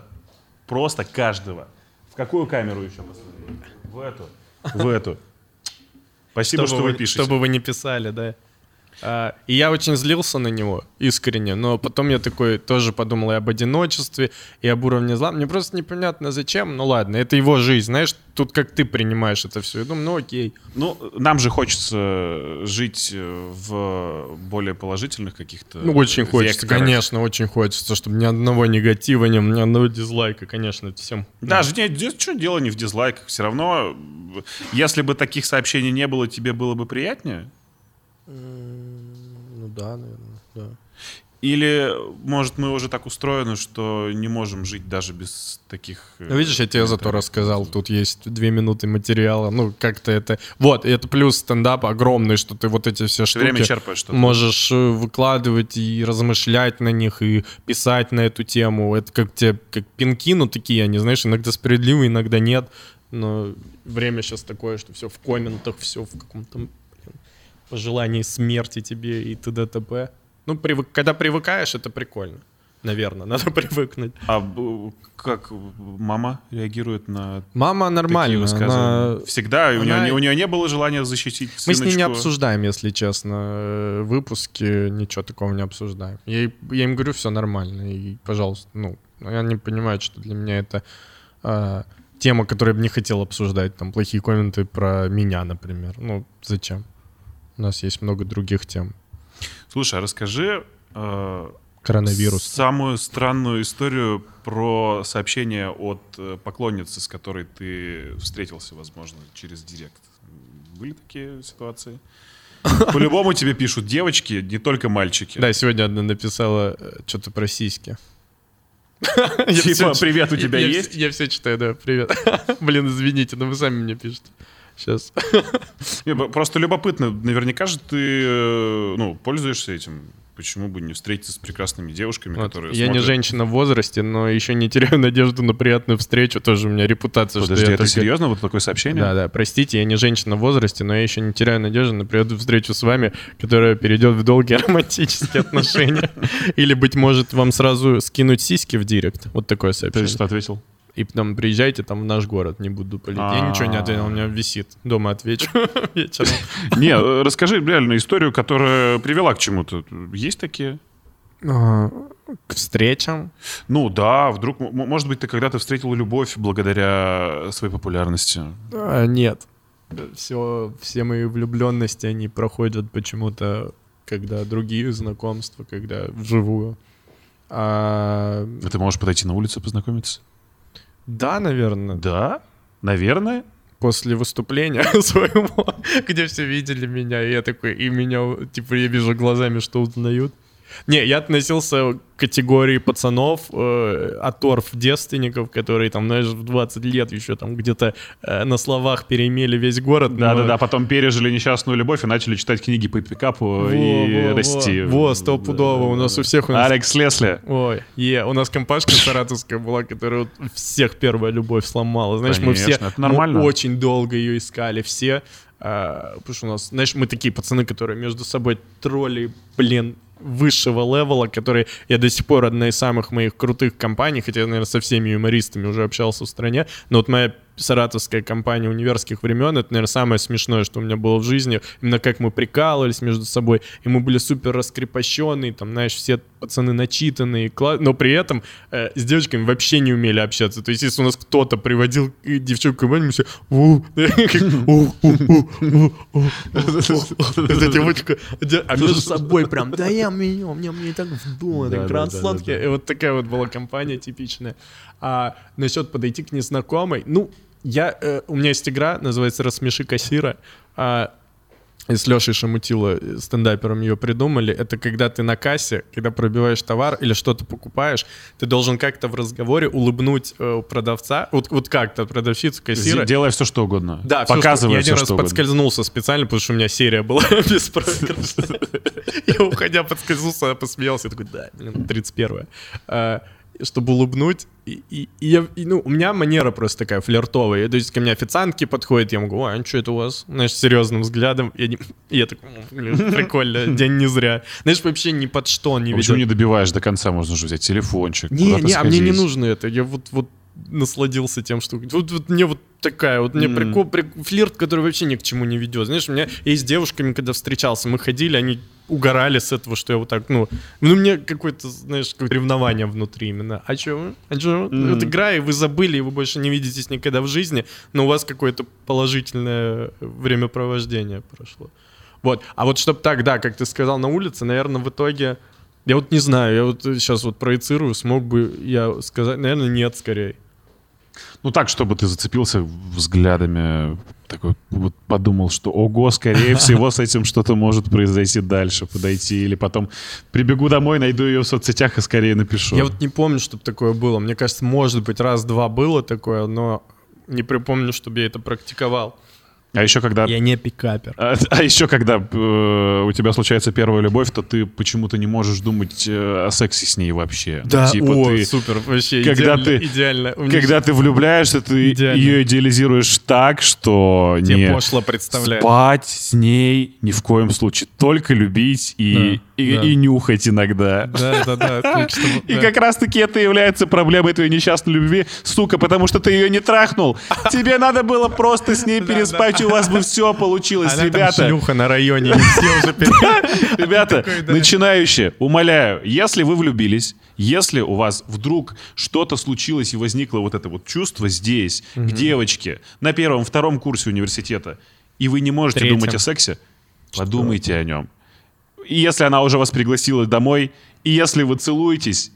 каждого. В какую камеру еще посмотреть? В эту. Спасибо, что вы пишете. Чтобы вы не писали, да. И я очень злился на него, искренне, но потом я такой тоже подумал и об одиночестве, и об уровне зла. Мне просто непонятно зачем, ну ладно, это его жизнь, знаешь, тут как ты принимаешь это все. Я думаю, ну окей. Ну, нам же хочется жить в более положительных каких-то Ну, очень хочется, векторах. конечно, очень хочется, чтобы ни одного негатива, ни одного дизлайка, конечно, это всем. Даже что дело не в дизлайках. Все равно, если бы таких сообщений не было, тебе было бы приятнее? Ну да, наверное, да. Или, может, мы уже так устроены, что не можем жить даже без таких... Ну, видишь, я тебе зато рассказал, тут есть 2 минуты материала, ну, как-то это... Вот, и это плюс стендапа огромный, что ты вот эти все штуки время черпаешь что-то. можешь выкладывать и размышлять на них, и писать на эту тему. Это как тебе, как пинки, ну, такие они, знаешь, иногда справедливые, иногда нет. Но время сейчас такое, что все в комментах, все в каком-то пожелании смерти тебе и т.д. Ну, когда привыкаешь, это прикольно. Наверное, надо привыкнуть. А как мама реагирует на Мама такие нормально. высказывания? Всегда? У она- нее не было желания защитить Мы с ней не сыночку? обсуждаем, если честно, выпуски, ничего такого не обсуждаем. Я им говорю, все нормально, и, пожалуйста, ну, они понимают, что для меня это тема, которую я бы не хотел обсуждать, там, плохие комменты про меня, например. Ну, зачем? У нас есть много других тем. Слушай, а расскажи Коронавирус. самую странную историю про сообщение от поклонницы, с которой ты встретился, возможно, через директ. Были такие ситуации? По-любому тебе пишут девочки, не только мальчики. Да, сегодня одна написала что-то про сиськи. Типа, привет, у тебя есть? Я все читаю, да, привет. Блин, извините, но вы сами мне пишете. Сейчас. Просто любопытно, наверняка же ты пользуешься этим. Почему бы не встретиться с прекрасными девушками, Вот. которые Я не смотрят? женщина в возрасте, но еще не теряю надежду на приятную встречу. Тоже у меня репутация, Подожди, что я это только... серьезно? Вот такое сообщение? Да, простите, я не женщина в возрасте, но я еще не теряю надежды на приятную встречу с вами, которая перейдет в долгие романтические отношения. Или, быть может, вам сразу скинуть сиськи в директ. Вот такое Ты сообщение. что ответил? И потом приезжайте там в наш город, не буду палить. Я ничего не ответил, у меня висит. Дома отвечу вечером. Не, расскажи реально историю, которая привела к чему-то. Есть такие? К встречам. Ну да, вдруг, может быть, ты когда-то встретил любовь благодаря своей популярности. Нет. Все мои влюбленности, они проходят почему-то, когда другие знакомства, когда вживую. А ты можешь подойти на улицу и познакомиться? Да, наверное. Да? Наверное? После выступления своего, где все видели меня, и я такой, и меня, типа, я вижу глазами, что узнают. Не, я относился к категории пацанов, оторв-девственников, которые там, знаешь, в 20 лет еще там где-то на словах переимели весь город. Да-да-да, потом пережили несчастную любовь и начали читать книги по пикапу и расти. Стопудово, у нас у всех... Алекс Лесли. Ой, у нас компашка саратовская была, которая вот всех первая любовь сломала. Знаешь, мы все это нормально. мы очень долго ее искали, все. Потому что у нас, знаешь, мы такие пацаны, которые между собой тролли, блин, высшего левела, которые... Я до сих пор одна из самых моих крутых компаний, хотя я, наверное, со всеми юмористами уже общался в стране, но вот моя саратовская компания универских времен, это, наверное, самое смешное, что у меня было в жизни. Именно как мы прикалывались между собой, и мы были супер раскрепощенные, там, знаешь, все пацаны начитанные, но при этом с девочками вообще не умели общаться. То есть, если у нас кто-то приводил девчонку к мы все... А между собой прям, да я мне так вдумал, так гранд сладкий. И вот такая вот была компания типичная. А насчет подойти к незнакомой, ну, у меня есть игра, называется «Рассмеши кассира». С Лешей Шамутило, стендапером, ее придумали. Это когда ты на кассе, когда пробиваешь товар или что-то покупаешь, ты должен как-то в разговоре улыбнуть продавца, вот как-то продавщицу, кассира. Делай все, что угодно. Да, показывай я все, один раз что угодно. подскользнулся специально, потому что у меня серия была беспроигрышная. Я, уходя, подскользнулся, посмеялся, такой, да, блин, 31-я. Чтобы улыбнуть. У меня манера просто такая флиртовая. То есть ко мне официантки подходят, я могу, а что это у вас? Знаешь, с серьезным взглядом. Я такой, блин, прикольно, день не зря. Знаешь, вообще ни под что не Почему видел. не добиваешь до конца? Можно же взять телефончик, Не, куда-то а мне не сходить. нужно это. Я вот насладился тем, что... Вот мне вот такая, вот мне флирт, который вообще ни к чему не ведет. Знаешь, у меня и с девушками, когда встречался, мы ходили, они угорали с этого, что я вот так, ну мне какое-то, знаешь, какое-то ревнование внутри именно. А что? Вот игра, и вы забыли, и вы больше не видитесь никогда в жизни, но у вас какое-то положительное времяпровождение прошло. Вот. А вот чтобы так, да, как ты сказал, на улице, наверное, в итоге... Я вот не знаю, я вот сейчас вот проецирую, смог бы я сказать, наверное, нет, скорее. Ну так, чтобы ты зацепился взглядами, такой вот подумал, что ого, скорее всего, с этим что-то может произойти дальше, подойти, или потом прибегу домой, найду ее в соцсетях и скорее напишу. Я вот не помню, чтобы такое было. Мне кажется, может быть, раз-два было такое, но не припомню, чтобы я это практиковал. А еще когда... Я не пикапер. А еще когда у тебя случается первая любовь, то ты почему-то не можешь думать о сексе с ней вообще. Да, ну, типа ты, супер, вообще когда идеально. Когда ты влюбляешься, ты ее идеализируешь так, что тебе пошло представляешь. Спать с ней ни в коем случае. Только любить и нюхать иногда. Да. И как раз-таки это является проблемой твоей несчастной любви, сука, потому что ты ее не трахнул. Тебе надо было просто с ней переспать, у вас бы все получилось, ребята. Там шлюха на районе, не все уже Ребята, начинающие, умоляю, если вы влюбились, если у вас вдруг что-то случилось и возникло вот это вот чувство здесь, к девочке, на первом-втором курсе университета, и вы не можете думать о сексе, подумайте о нем. И если она уже вас пригласила домой, и если вы целуетесь,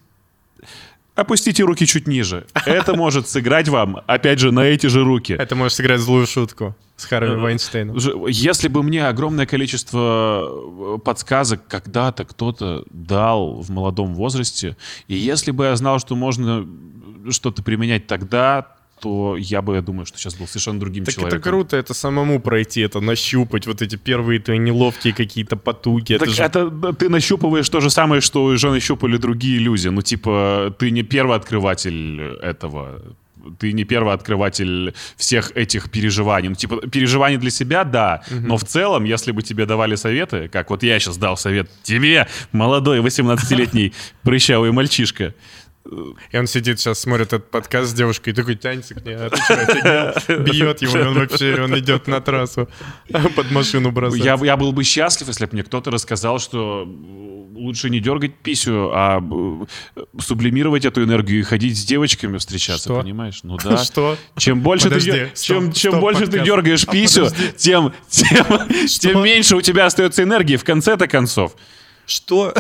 опустите руки чуть ниже. Это может сыграть вам, опять же, на эти же руки. Это может сыграть злую шутку с Харви Вайнштейном. Если бы мне огромное количество подсказок когда-то кто-то дал в молодом возрасте, и если бы я знал, что можно что-то применять тогда, то я думаю, что сейчас был совершенно другим человеком. Это круто, это самому пройти, это нащупать вот эти первые твои неловкие какие-то потуги. Это ты нащупываешь то же самое, что уже нащупали другие люди. Ну, типа, ты не первооткрыватель этого. Ты не первооткрыватель всех этих переживаний. Ну, типа, переживания для себя, да. Но в целом, если бы тебе давали советы, как вот я сейчас дал совет тебе, молодой 18-летний прыщавый мальчишка, и он сидит сейчас, смотрит этот подкаст с девушкой и такой тянется к ней, а ты что, офигел? Бьет его, он идет на трассу, под машину бросает. Я был бы счастлив, если бы мне кто-то рассказал, что лучше не дергать писю, а сублимировать эту энергию и ходить с девочками встречаться, что? Понимаешь? Ну да. Что? Чем больше ты дергаешь писю, тем меньше у тебя остается энергии в конце-то концов. Что?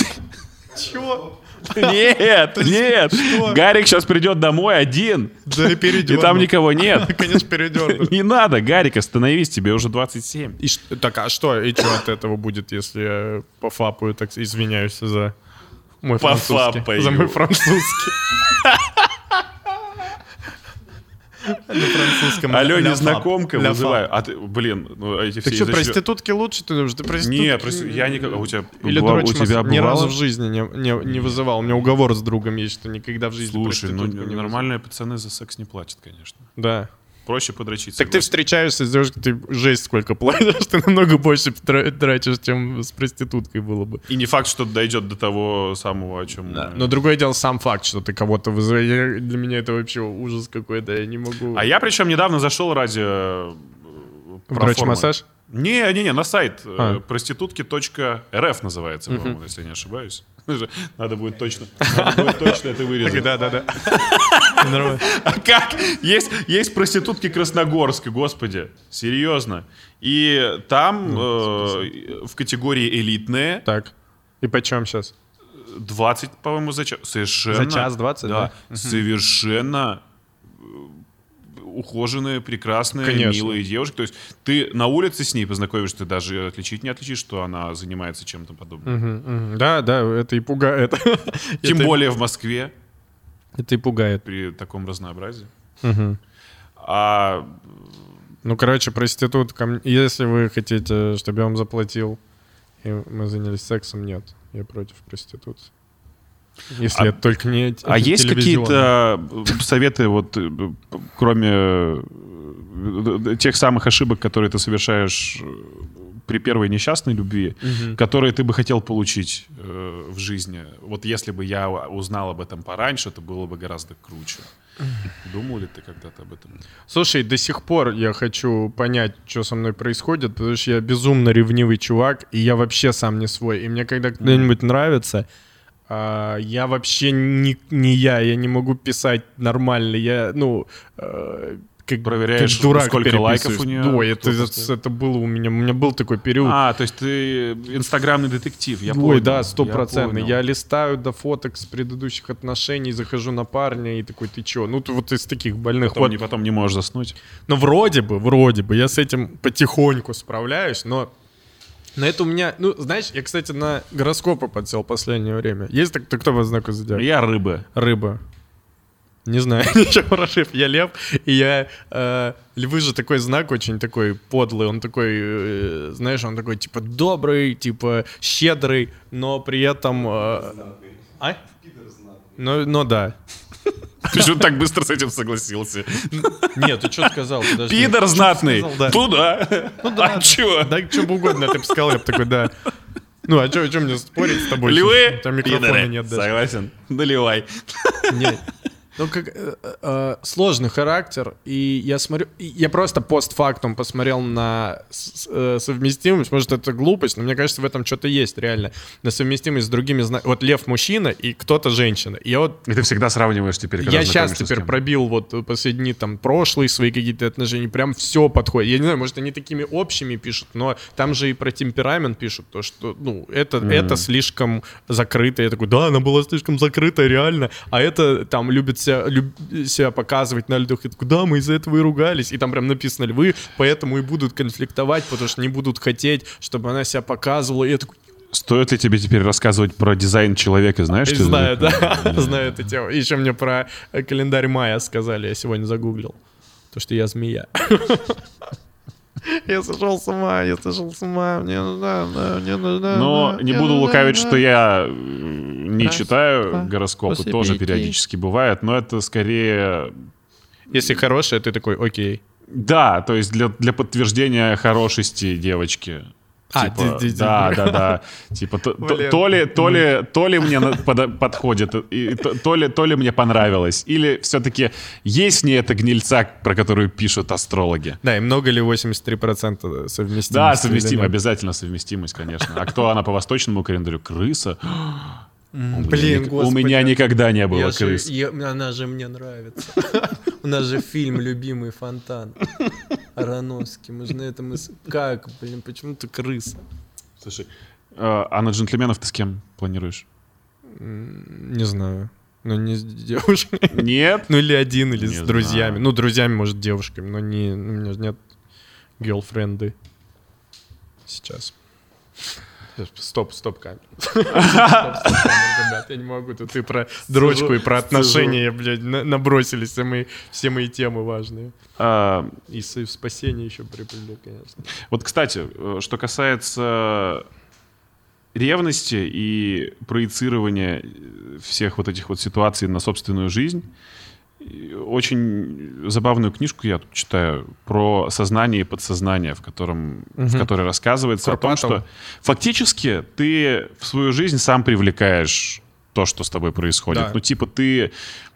Чего? Нет. Что? Гарик сейчас придет домой один. Да и перейдет. И там никого нет. Конечно, перейдет. Не надо, Гарик, остановись, тебе уже 27. Так, а что? И что от этого будет, если я пофапаю, так извиняюсь за мой французский. За мой французский. Алло, незнакомка вызываю. А ты, блин, ну эти все... Так что, проститутки лучше, ты думаешь? Ты проститутки... Не, я никогда... У тебя ни разу в жизни не вызывал. У меня уговор с другом есть, что никогда в жизни проститутку не вызывал. Слушай, нормальные пацаны за секс не платят, конечно. Да. Проще подрочить. Так ты встречаешься с девушкой, ты жесть сколько платишь, ты намного больше тратишь, чем с проституткой было бы. И не факт, что дойдет до того самого, о чем... Да. Но другое дело сам факт, что ты кого-то вызываешь. Для меня это вообще ужас какой-то, я не могу... А я причем недавно зашел ради... Врач-массаж? Не, на сайт проститутки.рф называется, по-моему, если я не ошибаюсь. Надо будет точно это вырезать. Да. А как? Есть проститутки Красногорска, господи, серьезно. И там в категории элитные... Так, и почем сейчас? 20, по-моему, за час. Совершенно... За час 20, да? Совершенно... ухоженные, прекрасные, конечно, милые девушки. То есть ты на улице с ней познакомишься, ты даже не отличишь, что она занимается чем-то подобным. Да, это и пугает. Тем более в Москве. Это и пугает. При таком разнообразии. Ну, короче, проституткам, если вы хотите, чтобы я вам заплатил, и мы занялись сексом, нет. Я против проституции. Если это только не есть какие-то советы, вот, кроме тех самых ошибок, которые ты совершаешь при первой несчастной любви, которые ты бы хотел получить в жизни. Вот если бы я узнал об этом пораньше, это было бы гораздо круче. Думал ли ты когда-то об этом? Слушай, до сих пор я хочу понять, что со мной происходит, потому что я безумно ревнивый чувак, и я вообще сам не свой. И мне когда кто-нибудь нравится, я вообще не я не могу писать нормально. Я, как, проверяешь, как дурак сколько лайков у нее? Ой, это было у меня был такой период. То есть ты инстаграмный детектив, я понял. Ой, да, 100%. Я листаю до фоток с предыдущих отношений, захожу на парня и такой, ты чё? Ну, ты вот из таких больных... Потом не можешь заснуть. Ну, вроде бы, я с этим потихоньку справляюсь, но это у меня... Ну, знаешь, я, кстати, на гороскопы подсел в последнее время. Есть так, кто по знаку зодиака? Я рыба. Не знаю, ничего хороший. Я лев, и я... львы же такой знак очень такой подлый. Он такой, знаешь, он такой, типа, добрый, типа, щедрый, но при этом... Ну да. Ты что так быстро с этим согласился? Нет, ты что сказал? Пидор знатный. Туда. Ну да. А чё? Да, что бы угодно, ты бы сказал, я бы такой, да. Ну, а что мне спорить с тобой? Львы, там микрофона пидоры. нет даже. Согласен. Доливай. Нет. Ну, как сложный характер, и я смотрю, я просто постфактум посмотрел на совместимость, может, это глупость, но мне кажется, в этом что-то есть реально, на совместимость с другими вот лев мужчина и кто-то женщина. И ты всегда сравниваешь теперь, когда я сейчас теперь пробил вот последние там прошлые свои какие-то отношения, прям все подходит. Я не знаю, может, они такими общими пишут, но там же и про темперамент пишут, то, что, это слишком закрыто. Я такой, да, она была слишком закрытая, реально, а это там любит себя показывать на льдах. Я такой, да, мы из-за этого и ругались. И там прям написано львы, поэтому и будут конфликтовать, потому что не будут хотеть, чтобы она себя показывала. И я такой... Стоит ли тебе теперь рассказывать про дизайн человека, знаешь? Знаю, да. Знаю эту тему. Еще мне про календарь майя сказали, я сегодня загуглил. То, что я змея. Я сошел с ума, мне нужна. Но не буду лукавить, что я не читаю гороскопы, тоже периодически бывает, но это скорее... Если хорошее, ты такой, окей. Да, то есть для подтверждения хорошести девочки. Да. Типа, то ли мне подходит, то ли мне понравилось. Или все-таки есть не эта гнильца, про которую пишут астрологи. Да, и много ли 83% совместимость? Да, совместимо, обязательно совместимость, конечно. А кто она по восточному календарю? Крыса? Блин, господи. У меня никогда не было крыс. Она же мне нравится. У нас же фильм «Любимый фонтан». Ароновский. Мы же на этом... Как, блин, почему ты крыса? Слушай, а на джентльменов ты с кем планируешь? Не знаю. Ну, не с девушкой. Нет? Ну, или один, или не с друзьями. знаю. Ну, друзьями, может, девушками. Но у меня же нет сейчас. Стоп, камера. Стоп, ребят, я не могу. Тут и про дрочку, и про отношения, блядь, набросились все мои темы важные. И спасение еще приплели, конечно. Вот, кстати, что касается ревности и проецирования всех вот этих вот ситуаций на собственную жизнь, очень забавную книжку я тут читаю про сознание и подсознание, в которой рассказывается о том, что фактически ты в свою жизнь сам привлекаешь то, что с тобой происходит. Да. Ну, типа ты...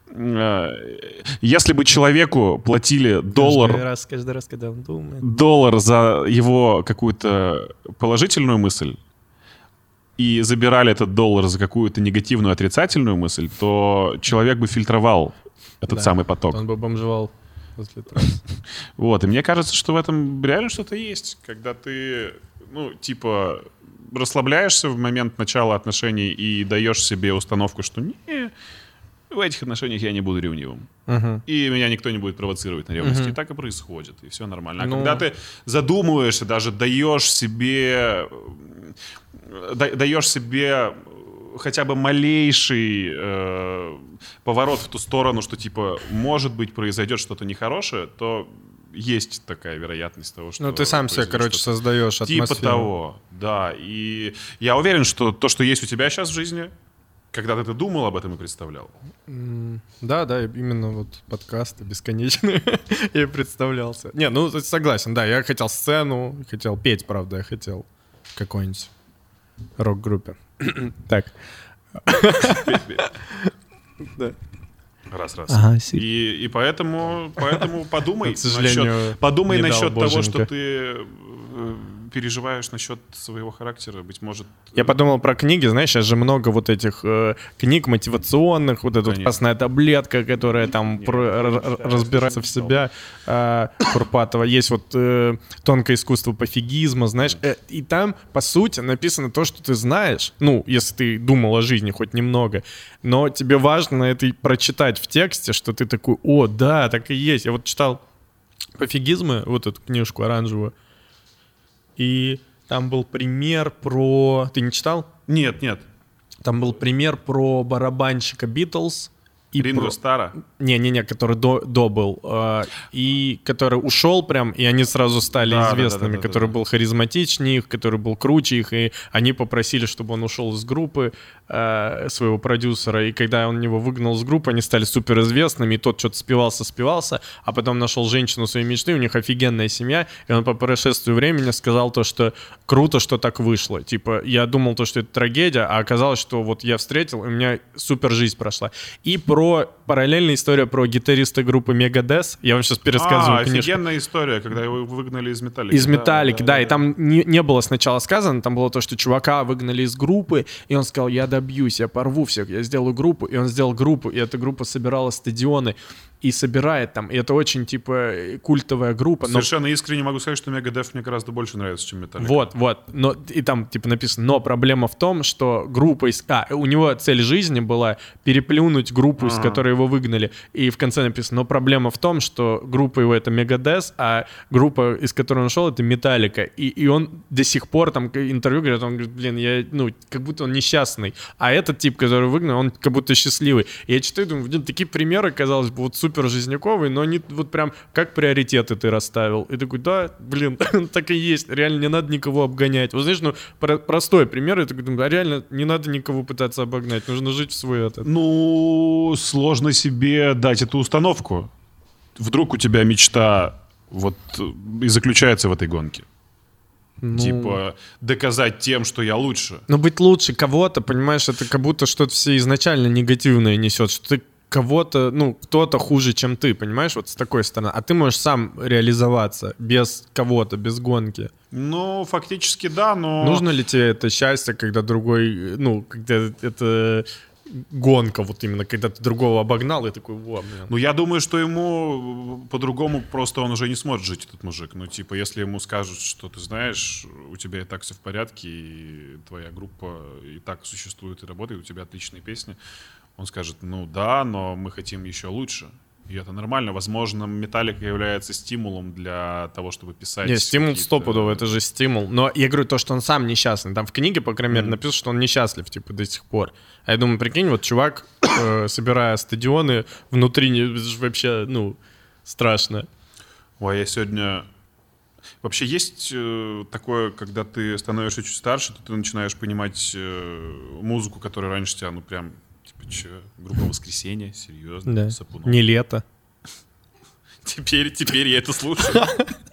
Если бы человеку платили каждый раз, когда он думает. $1 за его какую-то положительную мысль и забирали этот $1 за какую-то негативную, отрицательную мысль, то человек бы фильтровал этот самый поток. Он бы бомжевал после трассы. Вот, и мне кажется, что в этом реально что-то есть. Когда ты, расслабляешься в момент начала отношений и даешь себе установку, что в этих отношениях я не буду ревнивым. И меня никто не будет провоцировать на ревность. И так и происходит, и все нормально. А когда ты задумываешься, даже даешь себе хотя бы малейший поворот в ту сторону, что, может быть, произойдет что-то нехорошее, то есть такая вероятность того, что... Ну, ты сам себе, создаешь атмосферу. Типа того, да. И я уверен, что то, что есть у тебя сейчас в жизни, Когда-то ты думал об этом и представлял? Да, именно вот подкасты бесконечные я представлялся. Не, ну согласен, да, я хотел сцену, хотел петь, правда, я хотел в какой-нибудь рок-группе. Так. Да. Раз. Ага, и поэтому подумай, к сожалению, подумай не дал насчет того, боженька. что ты переживаешь насчет своего характера, быть может... Я подумал про книги, знаешь, сейчас же много вот этих книг мотивационных, вот эта вот красная таблетка, которая там разбирается в себя, Курпатова. Есть вот тонкое искусство пофигизма, знаешь, и там, по сути, написано то, что ты знаешь, ну, если ты думал о жизни хоть немного, но тебе важно это и прочитать в тексте, что ты такой, о, да, так и есть. Я вот читал пофигизмы, вот эту книжку оранжевую, и там был пример про... Ты не читал? Нет. Там был пример про барабанщика Битлз. Ринго Стара? Не, который до был. И который ушел прям, и они сразу стали известными. Который был харизматичнее их, который был круче их. И они попросили, чтобы он ушел из группы своего продюсера. И когда он его выгнал из группы, они стали суперизвестными. И тот что-то спивался. А потом нашел женщину своей мечты. У них офигенная семья. И он по прошествию времени сказал то, что круто, что так вышло. Типа, я думал то, что это трагедия, а оказалось, что вот я встретил, и у меня супер жизнь прошла. И параллельная история про гитариста группы Megadeth. Я вам сейчас пересказываю книжку. Офигенная история, когда его выгнали из Металлики. Из Металлики, да. И там не было сначала сказано, там было то, что чувака выгнали из группы, и он сказал, я добьюсь, я порву всех, я сделаю группу. И он сделал группу, и эта группа собирала стадионы и собирает там. И это очень, типа, культовая группа. Совершенно искренне могу сказать, что Megadeth мне гораздо больше нравится, чем Металлика. Вот. Но, и там, типа, написано, но проблема в том, что группа у него цель жизни была переплюнуть группу, из которой его выгнали. И в конце написано, но проблема в том, что группа его — это Megadeth, а группа, из которой он ушел, это Металлика. И он до сих пор, там, интервью говорит, он говорит, блин, как будто он несчастный. А этот тип, который выгнал, он как будто счастливый. И я читаю, думаю, блин, такие примеры, казалось бы, вот супер жизняковые, но они вот прям как приоритеты ты расставил. И такой, да, блин, так и есть. Реально не надо никого обгонять. Вот знаешь, простой пример, я такой думаю, а реально не надо никого пытаться обогнать, нужно жить в свой этот. Ну, сложно себе дать эту установку. Вдруг у тебя мечта вот и заключается в этой гонке. Типа доказать тем, что я лучше. Но быть лучше кого-то, понимаешь, это как будто что-то все изначально негативное несет, что ты кого-то, кто-то хуже, чем ты, понимаешь, вот с такой стороны. А ты можешь сам реализоваться без кого-то, без гонки. Ну, фактически да, но... Нужно ли тебе это счастье, когда другой, когда это... гонка, вот именно, когда ты другого обогнал, и такой, блин. Ну, я думаю, что ему по-другому просто он уже не сможет жить, этот мужик. Ну, типа, если ему скажут, что ты знаешь, у тебя и так все в порядке, и твоя группа и так существует и работает, у тебя отличные песни, он скажет, ну да, но мы хотим еще лучше. И это нормально. Возможно, Металлика является стимулом для того, чтобы писать... Нет, стимул стопудово, это же стимул. Но я говорю то, что он сам несчастный. Там в книге, по крайней мере, написано, что он несчастлив, типа, до сих пор. А я думаю, прикинь, вот чувак, собирая стадионы, внутри вообще, страшно. Ой, я сегодня... Вообще есть такое, когда ты становишься чуть старше, то ты начинаешь понимать музыку, которая раньше тебя, прям... Че, группа «Воскресенье», серьезно, да. Сапунов. Не лето. Теперь я это слушаю.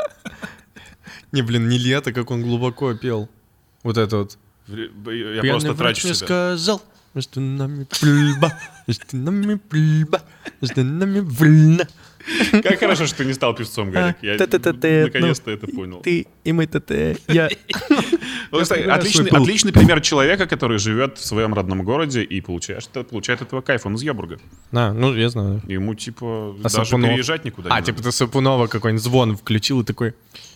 Не, блин, не лето, как он глубоко пел. Вот это вот. Я просто трачу себя. Сказал, что нами пыльба, что нами пыльба, что нами вольно. Как хорошо, что ты не стал певцом, Гарик. Я наконец-то это понял. Ты и мы я. Отличный пример человека, который живет в своем родном городе и получает от этого кайф. Он из Ябурга. Я знаю. Ему, типа, даже переезжать никуда не надо. Типа ты Сапунова какой-нибудь звон включил и такой...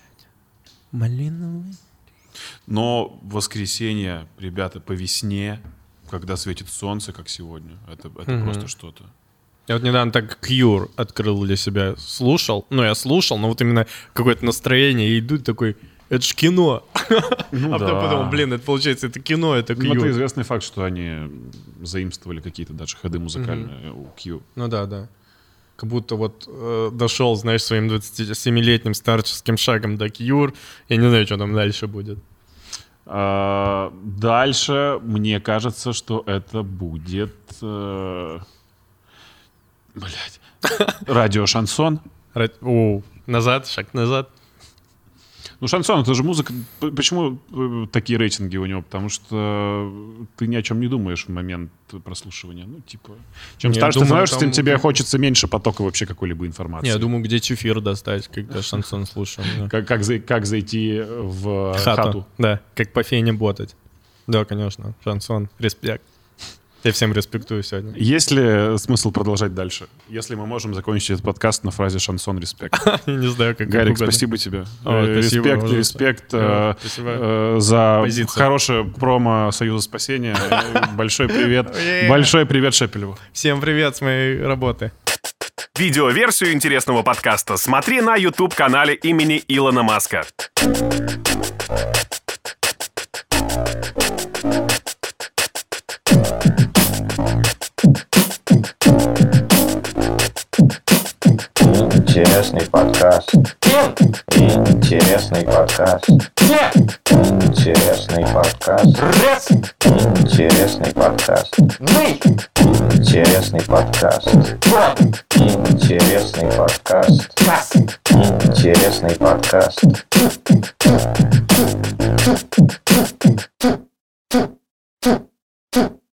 Малиновый. Но воскресенье, ребята, по весне, когда светит солнце, как сегодня, это просто что-то. Я вот недавно так Cure открыл для себя, слушал. Я слушал, но вот именно какое-то настроение, и иду такой, это ж кино. Потом подумал, блин, это получается, это кино, это Cure. Это известный факт, что они заимствовали какие-то даже ходы музыкальные у Cure. Ну да. Как будто вот дошел, знаешь, своим 27-летним старческим шагом до Cure. Я не знаю, что там дальше будет. Дальше, мне кажется, что это будет... радио «Шансон». Назад, шаг назад. Ну, шансон — это же музыка. Почему такие рейтинги у него? Потому что ты ни о чем не думаешь в момент прослушивания. Ну, типа, чем старше ты становишься, тем тебе хочется меньше потока вообще какой-либо информации. Я думаю, где чефир достать, когда шансон слушаем. Как зайти в хату. Да, как по фене ботать. Да, конечно, шансон, респект. Я всем респектую сегодня. Есть ли смысл продолжать дальше? Если мы можем закончить этот подкаст на фразе «шансон, респект». Я не знаю, как Гарик, спасибо тебе. Респект спасибо. За позицию. Хорошее промо Союза спасения. Большой привет. Большой привет Шепелеву. Всем привет с моей работы. Видеоверсию интересного подкаста смотри на YouTube-канале имени Илона Маска. Интересный подкаст. Интересный подкаст. Интересный подкаст. Интересный подкаст. Интересный подкаст. Интересный подкаст. Интересный подкаст.